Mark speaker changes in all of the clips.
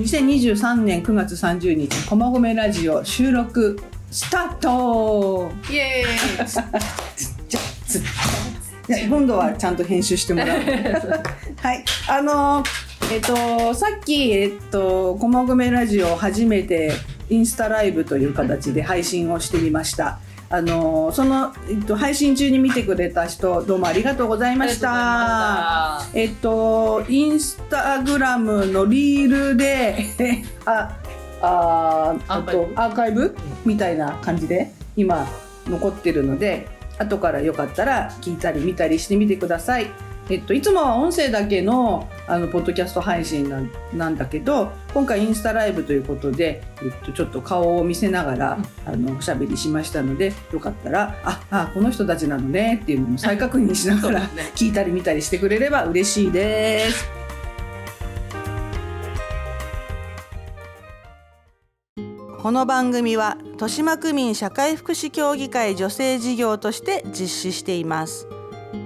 Speaker 1: 2023年9月30日駒込ラジオ収録スタート。
Speaker 2: イエーイ
Speaker 1: 今度はちゃんと編集してもらうはいさっき駒込ラジオ初めてインスタライブという形で配信をしてみました。その、配信中に見てくれた人どうもありがとうございました。インスタグラムのリールでアーカイブみたいな感じで今残ってるので、後からよかったら聞いたり見たりしてみてください。いつもは音声だけのポッドキャスト配信なんだけど、今回インスタライブということで、ちょっと顔を見せながらおしゃべりしましたので、よかったらこの人たちなのねっていうのも再確認しながら聞いたり見たりしてくれれば嬉しいです。この番組は豊島区民社会福祉協議会女性事業として実施しています。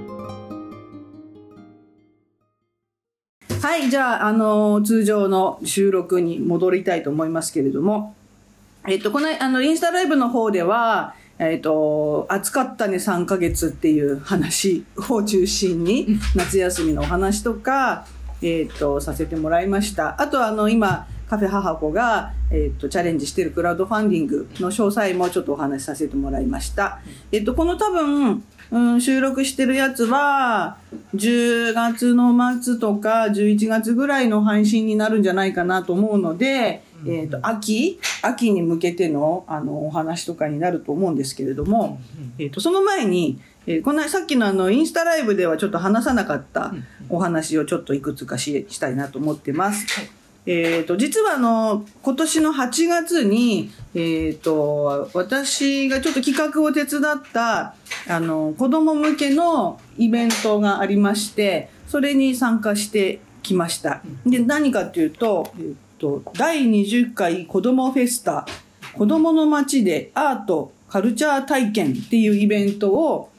Speaker 1: はい、じゃあ、通常の収録に戻りたいと思いますけれども、このインスタライブの方では、暑かったね3ヶ月っていう話を中心に夏休みのお話とか、させてもらいました。あと今カフェ母子が、チャレンジしているクラウドファンディングの詳細もちょっとお話しさせてもらいました。この多分収録してるやつは10月の末とか11月ぐらいの配信になるんじゃないかなと思うので、秋に向けてのお話とかになると思うんですけれども、その前に、さっきのインスタライブではちょっと話さなかったお話をちょっといくつかしたいなと思ってます。実は今年の8月に、私がちょっと企画を手伝った子供向けのイベントがありまして、それに参加してきました。で、何かというと、第20回子供フェスタ子供の街でアートカルチャー体験っていうイベントを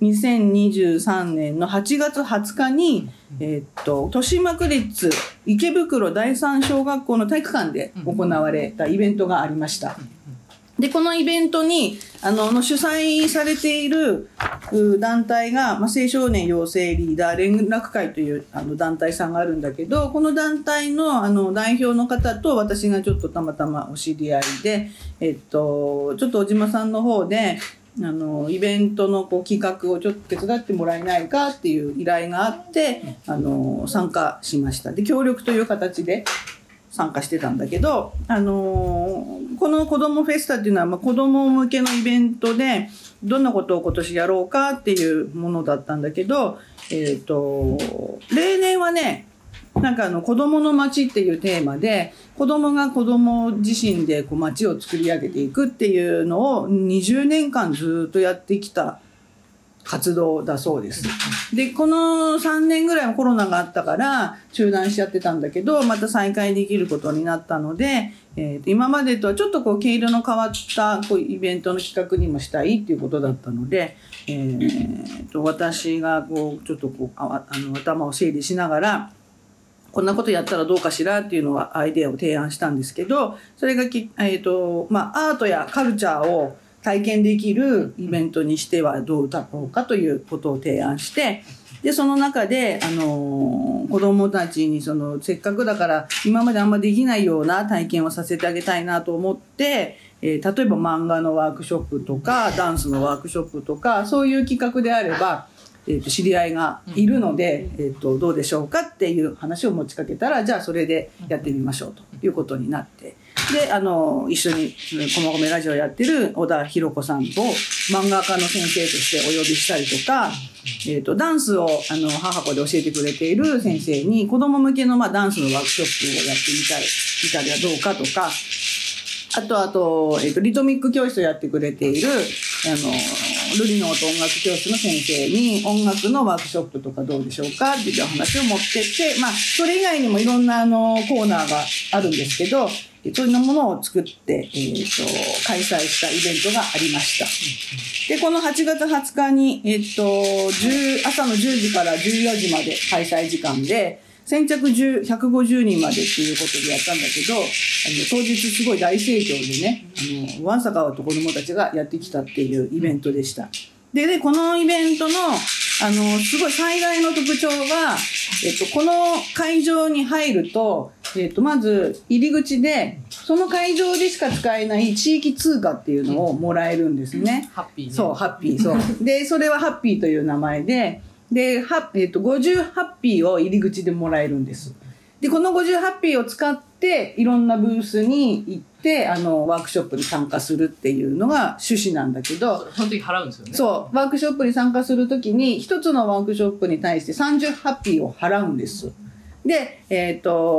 Speaker 1: 2023年の8月20日に、豊島区立池袋第三小学校の体育館で行われたイベントがありました。で、このイベントに主催されている団体が、青少年養成リーダー連絡会という団体さんがあるんだけど、この団体の代表の方と私がちょっとたまたまお知り合いで、ちょっと小島さんの方でイベントの企画をちょっと手伝ってもらえないかっていう依頼があって参加しました。で、協力という形で参加してたんだけど、この子どもフェスタっていうのは、子ども向けのイベントでどんなことを今年やろうかっていうものだったんだけど、例年はね、なんか子供の街っていうテーマで子供が子供自身で街を作り上げていくっていうのを20年間ずっとやってきた活動だそうです。で、この3年ぐらいはコロナがあったから中断しちゃってたんだけど、また再開できることになったので、今までとはちょっと毛色の変わったイベントの企画にもしたいっていうことだったので、私がちょっと頭を整理しながらこんなことやったらどうかしらっていうのはアイデアを提案したんですけど、それがアートやカルチャーを体験できるイベントにしてはどうだろうかということを提案して、で、その中で、子供たちにせっかくだから今まであんまできないような体験をさせてあげたいなと思って、例えば漫画のワークショップとかダンスのワークショップとかそういう企画であれば、知り合いがいるので、どうでしょうかっていう話を持ちかけたら、じゃあそれでやってみましょうということになって、で、一緒に駒込ラジオやってる小田博子さんを漫画家の先生としてお呼びしたりとか、ダンスを母子で教えてくれている先生に子供向けのダンスのワークショップをやってみたりはどうかとか、あと、リトミック教室をやってくれているルリの音音楽教室の先生に音楽のワークショップとかどうでしょうかっていう話を持ってって、それ以外にもいろんなコーナーがあるんですけど、そういうものを作って、開催したイベントがありました。で、この8月20日に、朝の10時から14時まで開催時間で、 先着150人までっていうことでやったんだけど、当日すごい大盛況でね、わんさかと子供たちがやってきたっていうイベントでした。で、このイベントの、すごい最大の特徴が、この会場に入ると、まず入り口で、その会場でしか使えない地域通貨っていうのをもらえるんですね。
Speaker 2: ハッピーね。
Speaker 1: そう、ハッピー、そう。で、それはハッピーという名前で、50ハッピーを入り口でもらえるんです。で、この50ハッピーを使って、いろんなブースに行って、ワークショップに参加するっていうのが趣旨なんだけど、
Speaker 2: その時払うんですよね。
Speaker 1: そう、ワークショップに参加するときに、一つのワークショップに対して30ハッピーを払うんです。で、例え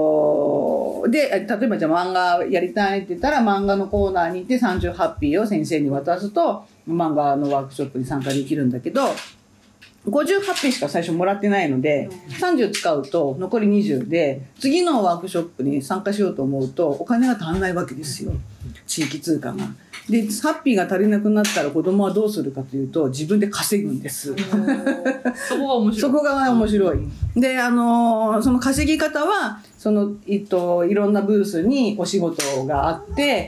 Speaker 1: ばじゃあ漫画やりたいって言ったら、漫画のコーナーに行って30ハッピーを先生に渡すと、漫画のワークショップに参加できるんだけど、50ハッピーしか最初もらってないので、30使うと残り20で、次のワークショップに参加しようと思うと、お金が足んないわけですよ。地域通貨が。で、ハッピーが足りなくなったら子供はどうするかというと、自分で稼ぐんです。
Speaker 2: そこが面白い。
Speaker 1: そこが面白い。で、その稼ぎ方は、いろんなブースにお仕事があって、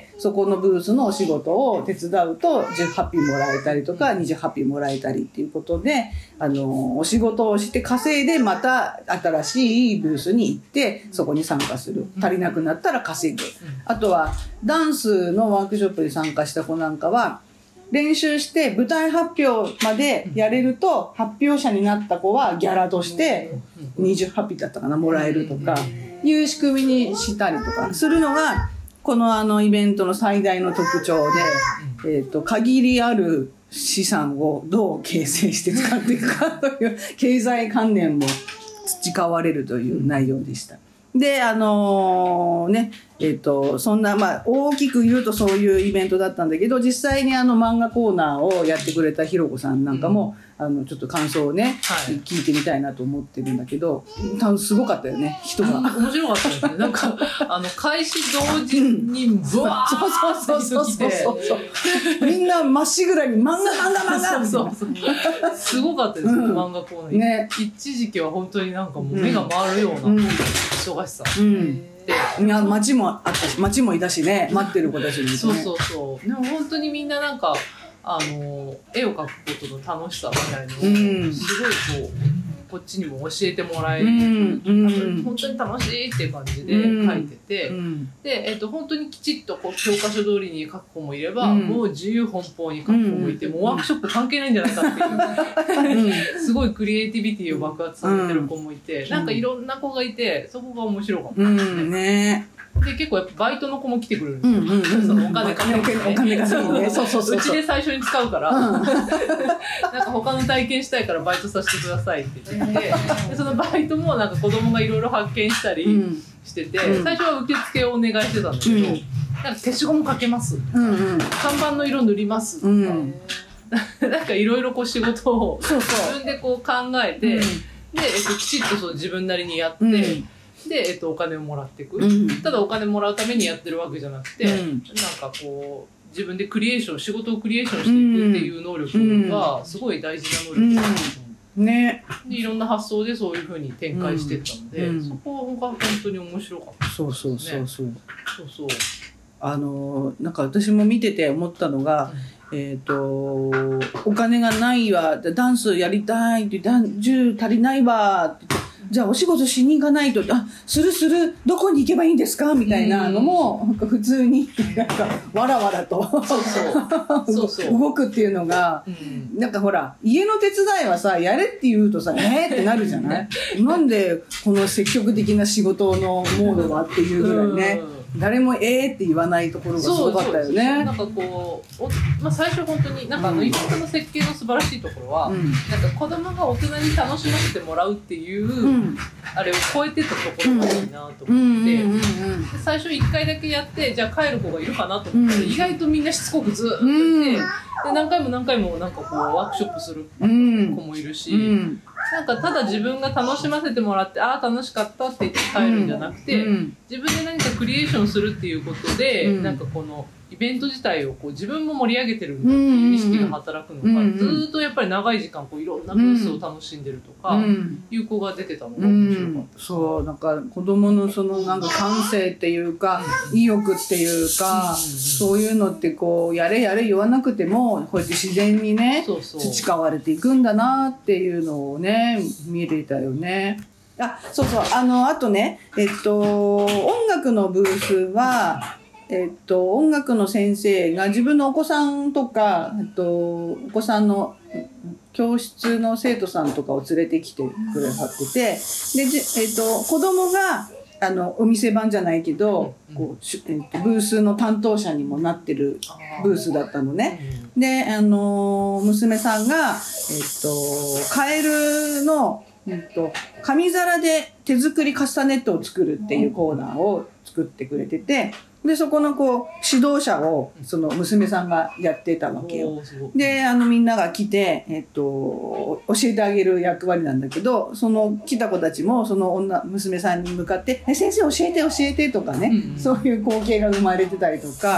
Speaker 1: そこのブースのお仕事を手伝うと10ハッピーもらえたりとか、20ハッピーもらえたりっていうことで、お仕事をして稼いでまた新しいブースに行って、そこに参加する。足りなくなったら稼ぐ。あとは、ダンスのワークショップに参加した子なんかは、練習して舞台発表までやれると、発表者になった子はギャラとして20ハッピーだったかな、もらえるとか、いう仕組みにしたりとかするのが、このイベントの最大の特徴で、限りある資産をどう形成して使っていくかという経済観念も培われるという内容でした。で、そんな、まあ、大きく言うとそういうイベントだったんだけど、実際に漫画コーナーをやってくれたひろこさんなんかも、ちょっと感想をね、
Speaker 2: はい、
Speaker 1: 聞いてみたいなと思ってるんだけど、すごかったよね、人が。
Speaker 2: 面白かったですね。なんか、開始同時に、ブワーッと来て、
Speaker 1: みんなまっしぐらに漫画
Speaker 2: そうすごかったですね、漫画コーナー。ね、一時期は本当になんかもう目が回るような忙しさ。
Speaker 1: いや、街もあったし、街もいたしね、待ってる子たちもいてね。
Speaker 2: そう。でも本当にみんななんか、絵を描くことの楽しさみたいなのを、すごいこっちにも教えてもらえる、本当に楽しいっていう感じで描いてて、で、本当にきちっと教科書通りに描く子もいれば、もう自由奔放に描く子もいて、もうワークショップ関係ないんじゃないかっていう、すごいクリエイティビティを爆発させてる子もいて、なんかいろんな子がいて、そこが面白かったですね。で、結構やっぱバイトの子も来てくれるんですよ。そのお金稼ぎで。
Speaker 1: お金稼ぎね。そう。
Speaker 2: うちで最初に使うから、なんか他の体験したいからバイトさせてくださいって言って、でそのバイトもなんか子供がいろいろ発見したりしてて、最初は受付をお願いしてたんだけど、なんか消しゴムかけます。看板の色塗ります。なんかいろいろ仕事を自分で考えて、で、きちっと自分なりにやって、で、お金をもらっていく。ただお金もらうためにやってるわけじゃなくて、なんか自分で仕事をクリエーションしていくっていう能力がすごい大事な能力だと思う。ね。で、いろんな発想でそういう風に展開してったので、そこが本当に面白かったですね。そう。
Speaker 1: なんか私も見てて思ったのが、お金がないわ、ダンスやりたいって、銃足りないわって言って、じゃあお仕事しに行かないと、する、どこに行けばいいんですかみたいなのも、普通に、なんか、わらわらと、動くっていうのが、なんかほら、家の手伝いはさ、やれって言うとさ、ってなるじゃないなんで、この積極的な仕事のモードがっていうぐらいね。誰もって言わないところがすごかったよね。
Speaker 2: なんか最初本当になんかイベントの設計の素晴らしいところは、なんか子供が大人に楽しませてもらうっていう、あれを超えてたところがいいなと思って、最初1回だけやって、じゃあ帰る子がいるかなと思ったら、意外とみんなしつこくずっといて、で何回もなんかワークショップする子もいるし、なんかただ自分が楽しませてもらって、楽しかったって言って帰るんじゃなくて、自分で何かクリエーションするっていうことで、なんかイイベント自体をこう自分も盛り上げてるんだっていう意識が働くのか、ずーっとやっぱり長い時間こういろんなブースを楽しんでるとか、いう子が出てたのが面白かった。
Speaker 1: そう、なんか子供のそのなんか感性っていうか、意欲っていうか、そういうのってこう、やれやれ言わなくても、こうやって自然にね、培われていくんだなっていうのをね、見れたよね。あ、そうそう、あとね、音楽のブースは、音楽の先生が自分のお子さんとか、お子さんの教室の生徒さんとかを連れてきてくれはってて、で、子供が、お店番じゃないけど、こうブースの担当者にもなってるブースだったのね。で、娘さんが、カエルの、紙皿で手作りカスタネットを作るっていうコーナーを作ってくれてて、で、そこのこう、指導者を、その娘さんがやってたわけよ。で、みんなが来て、教えてあげる役割なんだけど、その来た子たちも、その娘さんに向かって、先生教えてとかね、そういう光景が生まれてたりとか、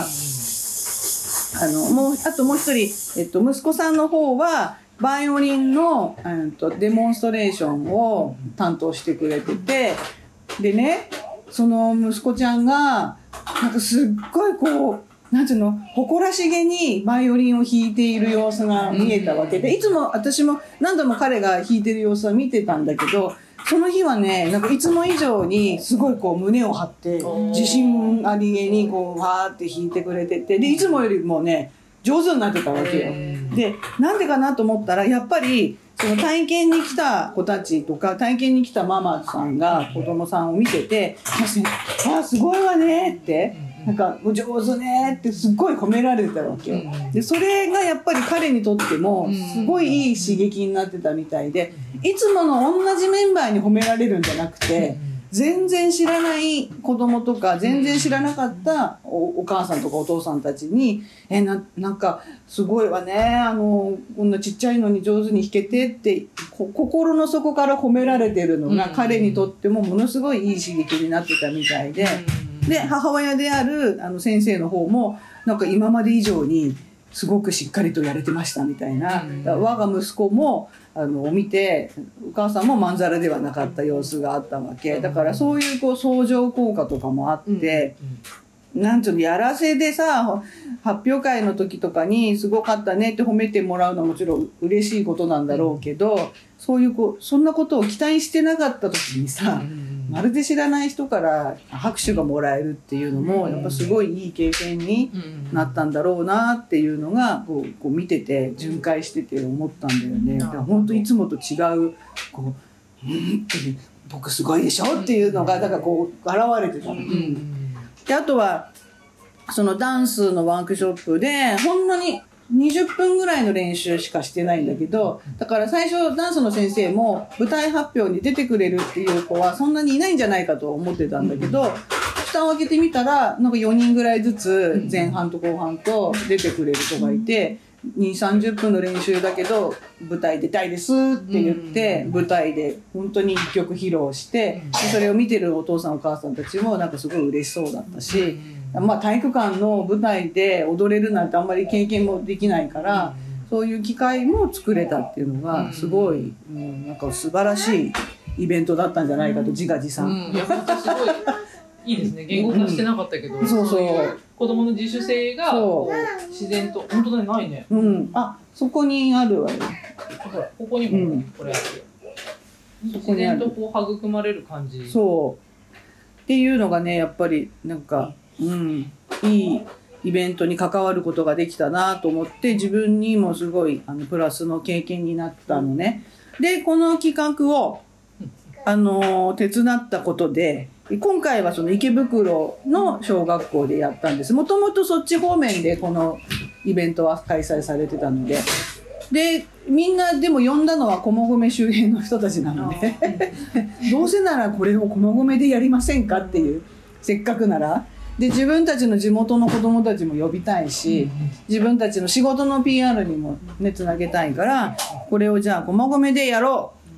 Speaker 1: あともう一人、息子さんの方は、バイオリンの、デモンストレーションを担当してくれてて、でね、その息子ちゃんが、なんかすっごいこう、なんていうの、誇らしげにバイオリンを弾いている様子が見えたわけで、いつも私も何度も彼が弾いてる様子は見てたんだけど、その日はね、なんかいつも以上にすごいこう胸を張って、自信ありげにこう、わーって弾いてくれてて、で、いつもよりもね、上手になってたわけよ。で、なんでかなと思ったら、やっぱり、その体験に来た子たちとか、体験に来たママさんが子供さんを見てて、あ、すごいわねって、なんか、上手ねってすっごい褒められてたわけよ。で、それがやっぱり彼にとっても、すごいいい刺激になってたみたいで、いつもの同じメンバーに褒められるんじゃなくて、全然知らない子供とか、全然知らなかったお母さんとかお父さんたちに、なんか、すごいわね、こんなちっちゃいのに上手に弾けてって、心の底から褒められてるのが、彼にとってもものすごいいい刺激になってたみたいで、で、母親である先生の方も、なんか今まで以上にすごくしっかりとやれてましたみたいな、我が息子も、見て、お母さんもまんざらではなかった様子があったわけ。だからそういうこう相乗効果とかもあって、なんていうの、やらせでさ、発表会の時とかにすごかったねって褒めてもらうのはもちろん嬉しいことなんだろうけど、そういうそんなことを期待してなかった時にさ、まるで知らない人から拍手がもらえるっていうのも、やっぱすごいいい経験になったんだろうなっていうのが、こう見てて、巡回してて思ったんだよね。だから本当いつもと違う、こう、僕すごいでしょっていうのが、だからこう、現れてたの。で、あとは、そのダンスのワークショップで、ほんのに20分ぐらいの練習しかしてないんだけど、だから最初ダンスの先生も舞台発表に出てくれるっていう子はそんなにいないんじゃないかと思ってたんだけど、蓋を開けてみたら、なんか4人ぐらいずつ前半と後半と出てくれる子がいて、2、30分の練習だけど舞台出たいですって言って舞台で本当に1曲披露してそれを見てるお父さんお母さんたちもなんかすごい嬉しそうだったし、まあ体育館の舞台で踊れるなんてあんまり経験もできないからそういう機会も作れたっていうのがすごいなんか素晴らしいイベントだったんじゃないかと自画自賛。
Speaker 2: いや本当すごいいいですね。言語化してなかったけど、そういう子供の自主性がこう自然と本当だねないね。
Speaker 1: あそこにあるわよ。
Speaker 2: ほらここにもこれあるよ。自然とこう育まれる感じ。
Speaker 1: そうっていうのがねやっぱりなんかいいイベントに関わることができたなと思って自分にもすごいプラスの経験になったのね。でこの企画を手伝ったことで。今回はその池袋の小学校でやったんです。もともとそっち方面でこのイベントは開催されてたので。で、みんなでも呼んだのは駒込周辺の人たちなのでどうせならこれを駒込でやりませんかっていう、せっかくなら。で、自分たちの地元の子供たちも呼びたいし、自分たちの仕事の PR にもね、つなげたいから、これをじゃあ駒込でやろう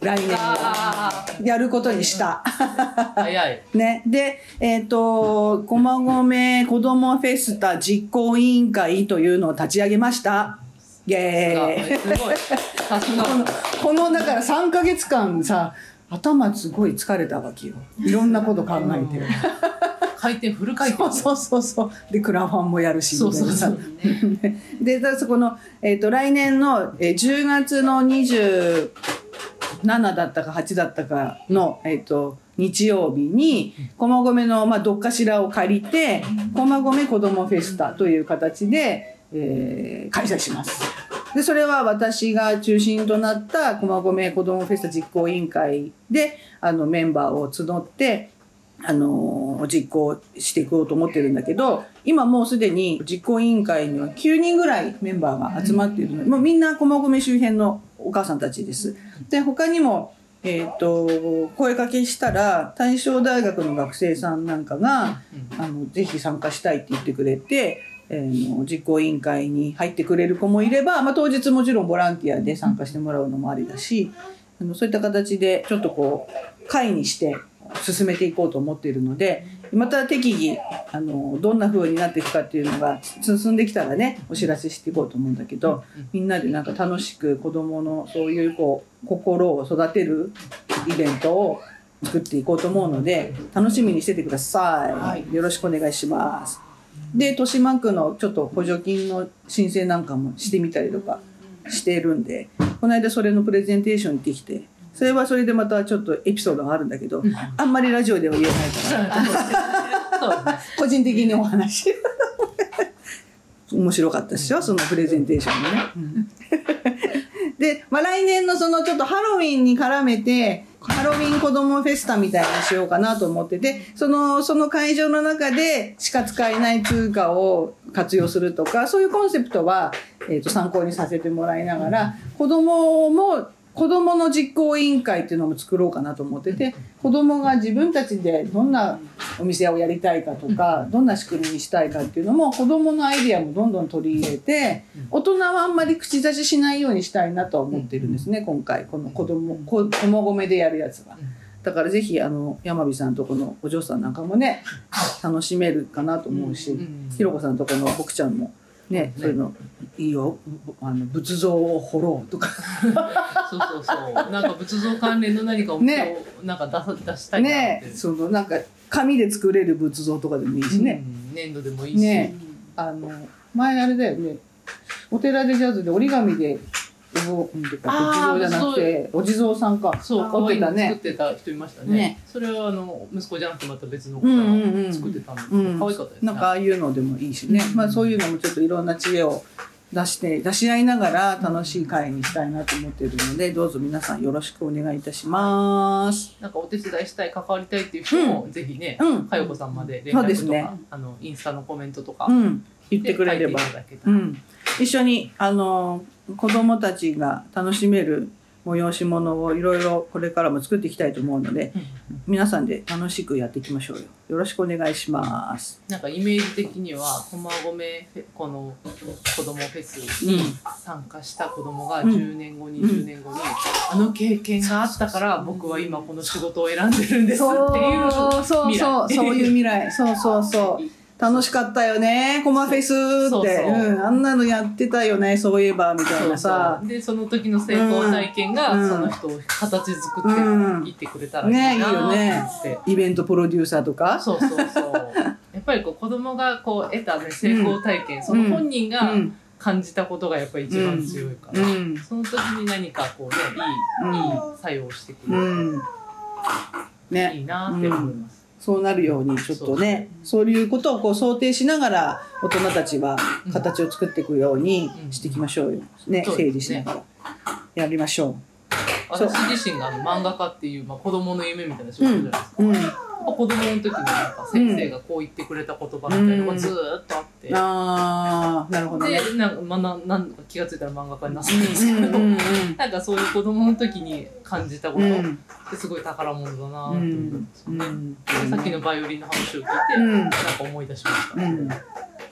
Speaker 1: 来年やることにした。
Speaker 2: 早い。
Speaker 1: ね。で、駒込子どもフェスタ実行委員会というのを立ち上げました。イェーイ。
Speaker 2: すごい。さすが。
Speaker 1: この、だから3ヶ月間さ、頭すごい疲れたわけよ。いろんなこと考えてる。
Speaker 2: フル回転。
Speaker 1: そう。で、クラファンもやるし、みたいなさ。で、その、来年の10月の27だったか8だったかの、日曜日に、駒込の、どっかしらを借りて、駒込子どもフェスタという形で、開催します。で、それは私が中心となった駒込子どもフェスタ実行委員会で、メンバーを募って、実行していこうと思ってるんだけど、今もうすでに実行委員会には9人ぐらいメンバーが集まっているので、もうみんな駒込周辺のお母さんたちです。で、他にも、声かけしたら、大正大学の学生さんなんかが、ぜひ参加したいって言ってくれて、実行委員会に入ってくれる子もいれば、当日もちろんボランティアで参加してもらうのもありだし、そういった形でちょっとこう会にして進めていこうと思っているので、また適宜どんな風になっていくかっていうのが進んできたらね、お知らせしていこうと思うんだけど、みんなでなんか楽しく子どものそういうこう心を育てるイベントを作っていこうと思うので、楽しみにしててください。よろしくお願いします。で、豊島区のちょっと補助金の申請なんかもしてみたりとかしてるんで、この間それのプレゼンテーションに行ってきて、それはそれでまたちょっとエピソードがあるんだけど、あんまりラジオでは言えないから個人的にお話面白かったですよ、そのプレゼンテーションもね。で、来年のそのちょっとハロウィンに絡めて、ハロウィン子どもフェスタみたいにしようかなと思ってて、その会場の中でしか使えない通貨を活用するとか、そういうコンセプトは、参考にさせてもらいながら、子供の実行委員会っていうのも作ろうかなと思ってて、子供が自分たちでどんなお店をやりたいかとか、どんな仕組みにしたいかっていうのも、子供のアイディアもどんどん取り入れて、大人はあんまり口出ししないようにしたいなとは思ってるんですね、今回。この駒込でやるやつは。だからぜひ、山火さんとこのお嬢さんなんかもね、楽しめるかなと思うし、ひろこさんとこの僕ちゃんも、ね、そういうのいいよ、仏像を彫ろうとか
Speaker 2: そうなんか仏像関連の何かを
Speaker 1: ね、
Speaker 2: なんか出したいなって、
Speaker 1: ね、なんか紙で作れる仏像とかでもいいしね、
Speaker 2: 粘土でもいいし、
Speaker 1: ね、前あれだよね、お寺でジャズで折り紙で仏像じゃなくてお地蔵さんか、
Speaker 2: そう可愛いの作ってた人いましたね。それは息子じゃなくてまた別の方が作ってたんですけど、可愛かったですね。
Speaker 1: なんかああいうのでもいいしね、そういうのもちょっといろんな知恵を出し合いながら楽しい会にしたいなと思っているので、どうぞ皆さんよろしくお願いいたします。
Speaker 2: なんかお手伝いしたい、関わりたいっていう人もぜひね、かよこさんまで連絡とか、インスタのコメントとか
Speaker 1: 言ってくれれば、一緒に子どもたちが楽しめる催し物をいろいろこれからも作っていきたいと思うので、皆さんで楽しくやっていきましょうよ。よろしくお願いします。
Speaker 2: なんかイメージ的には駒込この子どもフェスに参加した子どもが10年後20年後に、あの経験があったから僕は今この仕事を選んでるんですっていう未来。そういう未来。
Speaker 1: そう楽しかったよね、コマフェスって。あんなのやってたよね、そういえば、みたいなさ。
Speaker 2: で、その時の成功体験が、その人を形作っていってくれたらいいなって。
Speaker 1: ね、いいよね。イベントプロデューサーとか。
Speaker 2: そう。やっぱり子供が得たね、成功体験、その本人が感じたことがやっぱり一番強いから、その時に何かいい作用をしてくれる。いいなって思います。
Speaker 1: そうなるようにちょっとね、そういうことを想定しながら大人たちは形を作っていくようにしていきましょうよ。ね、整理しながらやりましょう。
Speaker 2: 私自身が漫画家っていう、子供の夢みたいな仕事じゃないですか。子供の時になんか先生がこう言ってくれた言葉みたいなのがずーっとあって、
Speaker 1: なるほどね。
Speaker 2: で、なんか気がついたら漫画家になったんですけど、なんかそういう子供の時に感じたことってすごい宝物だなと思うんですよね。さっきのバイオリンの話を聞いて、なんか思い出しました。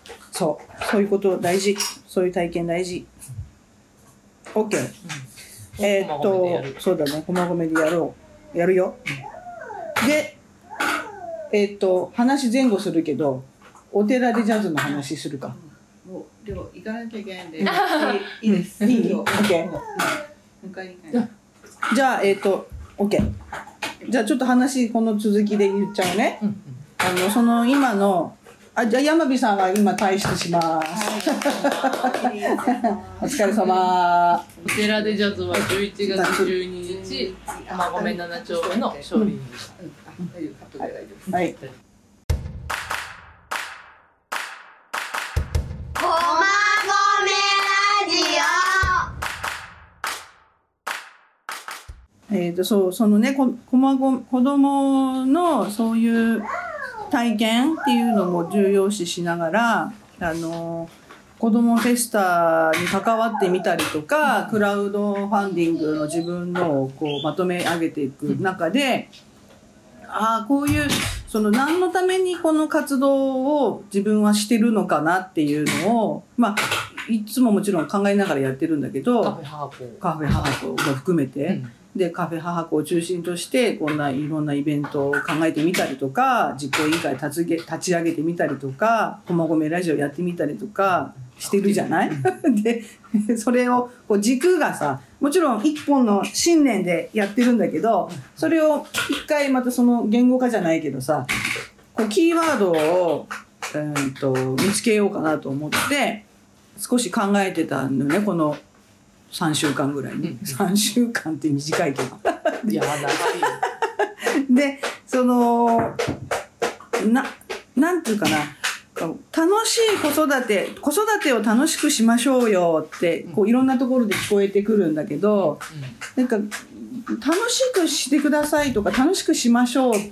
Speaker 2: そう
Speaker 1: いうこと大事。そういう体験大事。OK。 そうだね、駒込でやるよ。で、話前後するけど、お寺でジャズの話するか。
Speaker 3: もうでも行かなきゃいけないんで、いいです。
Speaker 1: いい？ OK。
Speaker 3: 迎えに行かない。
Speaker 1: じゃあ、OK。じゃあちょっと話、この続きで言っちゃうね。その今の、じゃあ山火さんは今退出します。お疲れ様。
Speaker 2: お寺でジャズは11月12日、駒込7丁目の勝利に。
Speaker 1: はい。そのね、子供のそういう体験っていうのも重要視しながら、子供フェスタに関わってみたりとか、クラウドファンディングの自分のをこうまとめ上げていく中で、こういう、何のためにこの活動を自分はしてるのかなっていうのを、いつももちろん考えながらやってるんだけど、カフェ母子も含めて、で、カフェ母子を中心として、こんないろんなイベントを考えてみたりとか、実行委員会立ち上げてみたりとか、駒込ラジオやってみたりとかしてるじゃないで、それを、軸がさ、もちろん一本の信念でやってるんだけど、それを一回またその言語化じゃないけどさ、キーワードを、見つけようかなと思って、少し考えてたのね、この3週間ぐらいね。3週間って短いけど。
Speaker 2: いや、長い。
Speaker 1: で、なんていうかな、楽しい子育てを楽しくしましょうよって、いろんなところで聞こえてくるんだけど、なんか、楽しくしてくださいとか、楽しくしましょうって、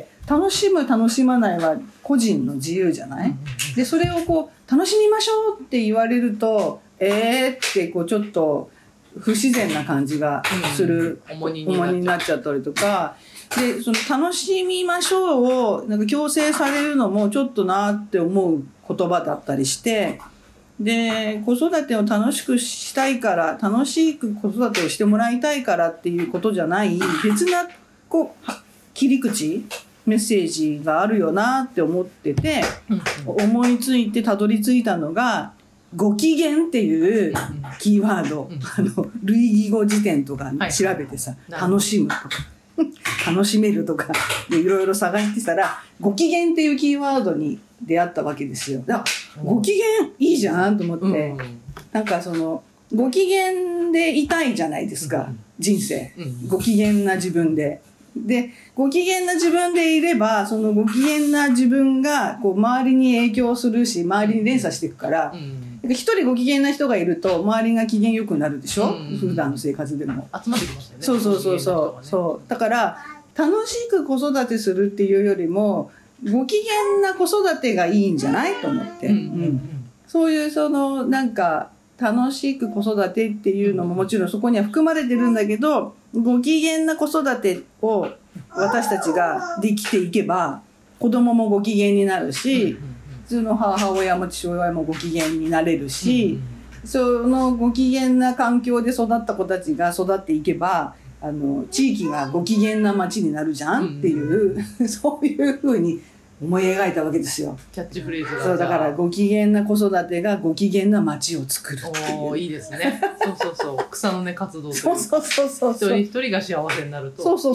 Speaker 1: 楽しむ、楽しまないは個人の自由じゃない？で、それを楽しみましょうって言われると、ってちょっと不自然な感じがする、重荷になっちゃったりとか、で、楽しみましょうをなんか強制されるのもちょっとなって思う言葉だったりして、で、子育てを楽しくしたいから、楽しく子育てをしてもらいたいからっていうことじゃない、別な切り口、メッセージがあるよなって思ってて、思いついてたどり着いたのが、ご機嫌っていうキーワード、類義語辞典とか調べてさ、楽しむとか、楽しめるとか、でいろいろ探してたら、ご機嫌っていうキーワードに出会ったわけですよ。だからご機嫌いいじゃんと思って、なんかご機嫌でいたいじゃないですか、人生。ご機嫌な自分で。で、ご機嫌な自分でいれば、そのご機嫌な自分が周りに影響するし、周りに連鎖していくから、一人ご機嫌な人がいると、周りが機嫌よくなるでしょ、普段の生活でも。
Speaker 2: 集まってきましたよね。
Speaker 1: そう。だから、楽しく子育てするっていうよりも、ご機嫌な子育てがいいんじゃないと思って。そういうなんか、楽しく子育てっていうのももちろんそこには含まれてるんだけど、ご機嫌な子育てを私たちができていけば、子供もご機嫌になるし、普通の母親も父親もご機嫌になれるし、そのご機嫌な環境で育った子たちが育っていけば、地域がご機嫌な街になるじゃんっていう、そういうふうに思い描いたわけですよ。
Speaker 2: キャッチフレーズが。
Speaker 1: そう、だからご機嫌な子育てがご機嫌な街を作るっていう。
Speaker 2: いいですね。そう。草の根活動というか。
Speaker 1: そう。
Speaker 2: 一人一人が幸せになるといいねっていう。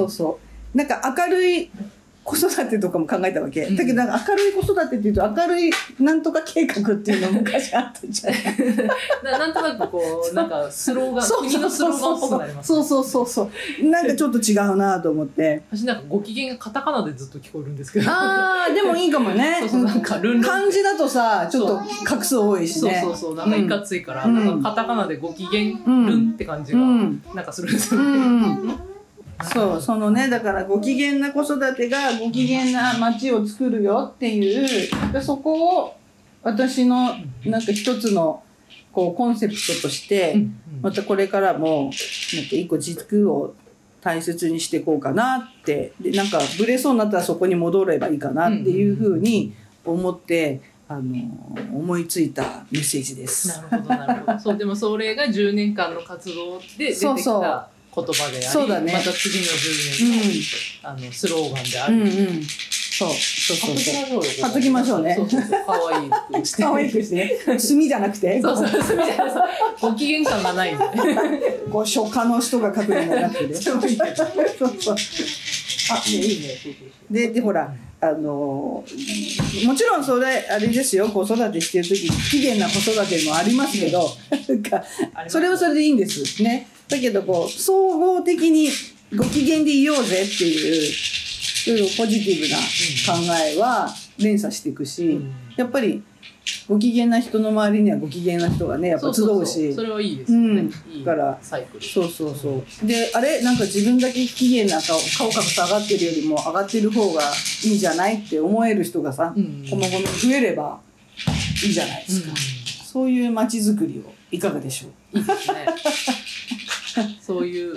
Speaker 1: そう。なんか明るい子育てとかも考えたわけ。だけどなんか明るい子育てっていうと、明るいなんとか計画っていうの昔あったじゃん。
Speaker 2: なんとなくなんかスローガン、国のスローガンっぽくなりますね。
Speaker 1: そう。なんかちょっと違うなと思って。
Speaker 2: 私なんかご機嫌がカタカナでずっと聞こえるんですけど。
Speaker 1: でもいいかもね。
Speaker 2: なんかルンルン。
Speaker 1: 漢字だとさ、ちょっと画数多いしね。
Speaker 2: そう。なんかいかついから、なんかカタカナでご機嫌ルンって感じが、なんかするんですよね。
Speaker 1: そう、だからご機嫌な子育てがご機嫌な街を作るよっていう、そこを私のなんか一つのコンセプトとして、またこれからもなんか一個軸を大切にしていこうかなってで、なんかブレそうになったらそこに戻ればいいかなっていうふうに思って、 思いついたメッセージです。
Speaker 2: なるほどなるほど。そうでもそれが10年間の活動で出てきた言葉であり、
Speaker 1: そうだね、
Speaker 2: また次の10年の、スローガンである。
Speaker 1: そう貼っときましょうね。
Speaker 2: そう可愛い服して。
Speaker 1: 可愛い服してね。炭じゃなくて。
Speaker 2: そう炭じゃない。ご機嫌感がないんで。
Speaker 1: こう初夏の人が書くのじゃなくてね。そうそう。
Speaker 2: いいね。
Speaker 1: でほらもちろんそれあれですよ、子育てしてる時に不機嫌な子育てもありますけど、それはそれでいいんですね。だけど総合的にご機嫌でいようぜっていうポジティブな考えは連鎖していくし、やっぱりご機嫌な人の周りにはご機嫌な人がねやっぱ集うし、
Speaker 2: それはいいですよね。
Speaker 1: だから
Speaker 2: サイクル。
Speaker 1: そうで、なんか自分だけ不機嫌な顔が下がってるよりも上がってる方がいいんじゃないって思える人がさ、この後に増えればいいじゃないですか。そういう街づくりをいかがでしょう。
Speaker 2: いいですね。そういう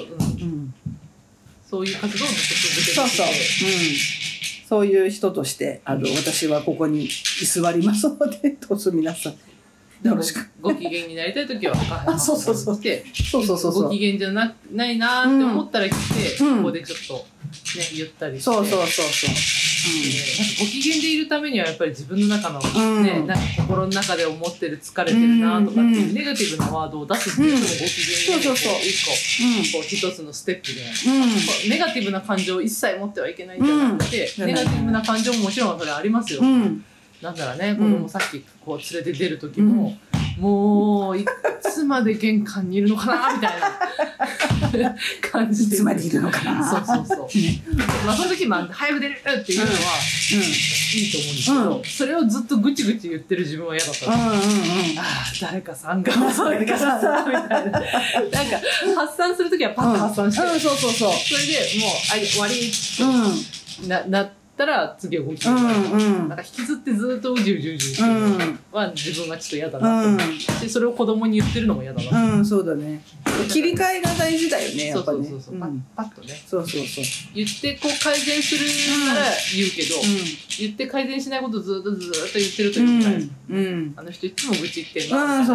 Speaker 2: 活動をずっと続けて
Speaker 1: そういう人として私はここに居座りますので、どうぞ皆さんよろしく。
Speaker 2: ご機嫌になりたいときは来て、
Speaker 1: ご
Speaker 2: 機嫌じゃないなって思ったら来て、ここでちょっとねゆったりして、なんかご機嫌でいるためにはやっぱり自分の中のね、なんか心の中で思ってる疲れてるなとかっていうネガティブなワードを出すっていうのもご機嫌で一つのステップで、ネガティブな感情を一切持ってはいけないんじゃなくて、ネガティブな感情ももちろんそれありますよ。なんだろうね、子供さっきこう連れて出る時も、もういつまで玄関にいるのかなみたいな感じで、
Speaker 1: いつまでいるのかな。
Speaker 2: そうまあその時も早く出るっていうのはいいと思うんですけど、それをずっとぐちぐち言ってる自分は嫌だった。誰かさんがみたいな、なんか発散する時はパッと発散して、それでもう終わりってなったら次はご機嫌なんか引きずってずっとうじうじっていうのは自分がちょっと嫌だなと思って、それを子供に言ってるのも嫌だな。
Speaker 1: そうだね。切り替えが大事だよね、やっぱね。
Speaker 2: パッとね。言って改善するなら言うけど、言って改善しないことずっと言ってるというか、あの人いつも愚痴言ってんな。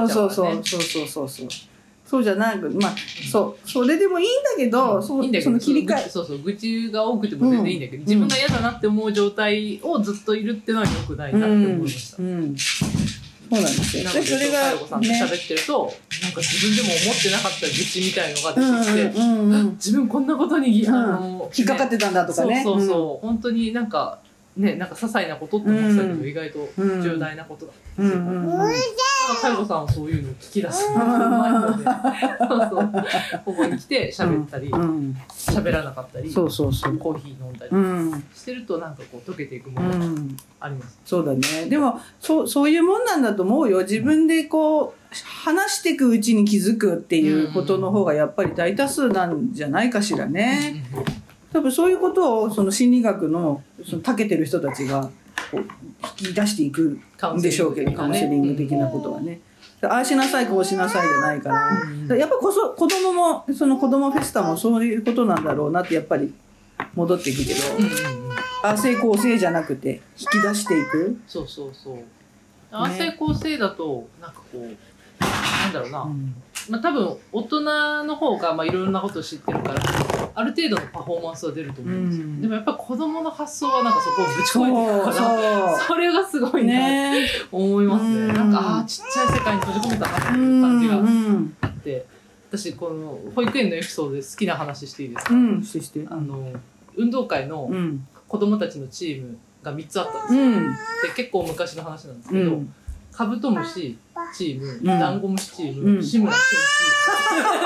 Speaker 1: そうじゃなく、それでもいいんだけど、その切り替え。
Speaker 2: 愚痴が多くても全然いいんだけど、自分が嫌だなって思う状態をずっといるってのは良くないなって思いました。そうなん
Speaker 1: ですよ。
Speaker 2: それが、子さんと喋ってると、なんか自分でも思ってなかった愚痴みたいのが出てきて、自分こんなことに、
Speaker 1: 引っかかってたんだとかね。
Speaker 2: 本当になんか、ね、なんか些細なことって思ってたけど、意外と重大なことだったんですよ。佳代子さんはそういうのを聞き出すのがうまいので、ここに来て喋ったり、喋らなかったり、コーヒー飲んだりしてるとなんかこう溶けていくものがあります。
Speaker 1: そうだね。でもそういうもんなんだと思うよ。自分で話していくうちに気づくっていうことの方がやっぱり大多数なんじゃないかしらね。多分そういうことをその心理学の長けてる人たちが引き出していくんでしょうけど、カウンセリング的なことはね。ああしなさいこうしなさいじゃないから、やっぱ子供もその子供フェスタもそういうことなんだろうなってやっぱり戻っていくけど、ああせいこうせいじゃなくて引き出していく。
Speaker 2: ああせいこうせいだとなんかこうなんだろうな、多分大人の方がいろいろなことを知ってるからある程度のパフォーマンスは出ると思うんですよ。でもやっぱり子供の発想はなんかそこをぶち込めてるからそれがすごいなって思いますね。なんかちっちゃい世界に閉じ込めたなっていう感じがあって、私この保育園のエピソードで好きな話していいですか？運動会の子供たちのチームが3つあったんですよ。で結構昔の話なんですけど、カブトムシチーム、ダンゴムシチーム、志村けんチーム。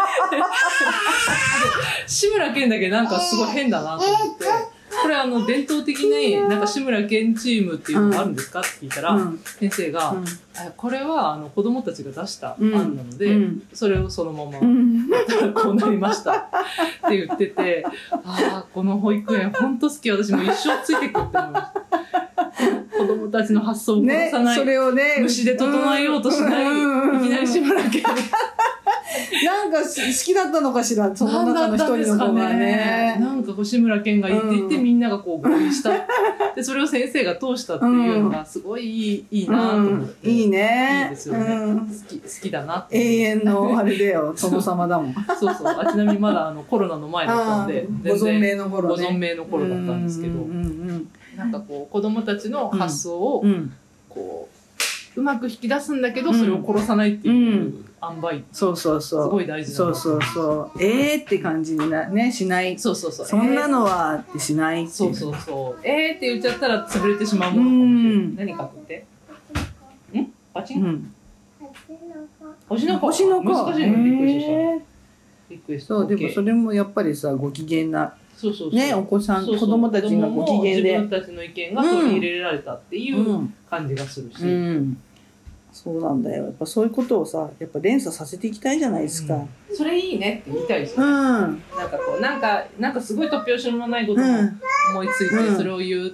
Speaker 2: 志村けんだけなんかすごい変だなと思って、これ伝統的になんか志村けんチームっていうのがあるんですかって聞いたら、先生が、これは子供たちが出した案なので、それをそのままこうなりましたって言ってて、この保育園ほんと好き、私も一生ついてくって思いました。子供たちの発想を殺さない、それをね、虫で整えようとしない、いきなり志村けん。
Speaker 1: なんか好きだったのかしら、その中の一人の子がね。
Speaker 2: なんか志村けんが言っていて、みんながこう合意した。で、それを先生が通したっていうのがすごいいいなと思って。
Speaker 1: いいね。
Speaker 2: いいですよね。好きだな。
Speaker 1: 永遠のあれだよ、殿様だもん。
Speaker 2: そうそう。ちなみにまだコロナの前だったんで、
Speaker 1: ご存命の頃ね。
Speaker 2: ご存命の頃だったんですけど、なんかこう子供たちの発想をこううまく引き出すんだけど、それを殺さないっていう塩梅、
Speaker 1: そうそうそう、
Speaker 2: すごい大事なの。
Speaker 1: そうそうそう、って感じにねしない。
Speaker 2: そうそうそう、
Speaker 1: そんなのはってしない。
Speaker 2: そうそうそう、って言っちゃったら潰れてしまうものかもしれない。何かってパチン、星の子、難しいの。リクエストした。リクエスト。
Speaker 1: そう、でもそれもやっぱりさ、ご機嫌なね、お子さん、子供たちがご機嫌で、
Speaker 2: 自分たちの意見が取り入れられたっていう感じがするし、
Speaker 1: そうなんだよ。やっぱそういうことをさ、やっぱ連鎖させていきたいじゃないですか。
Speaker 2: それいいねって言いたいですよね。なんかこう、なんかすごい突拍子もないことを思いついて、それを言って、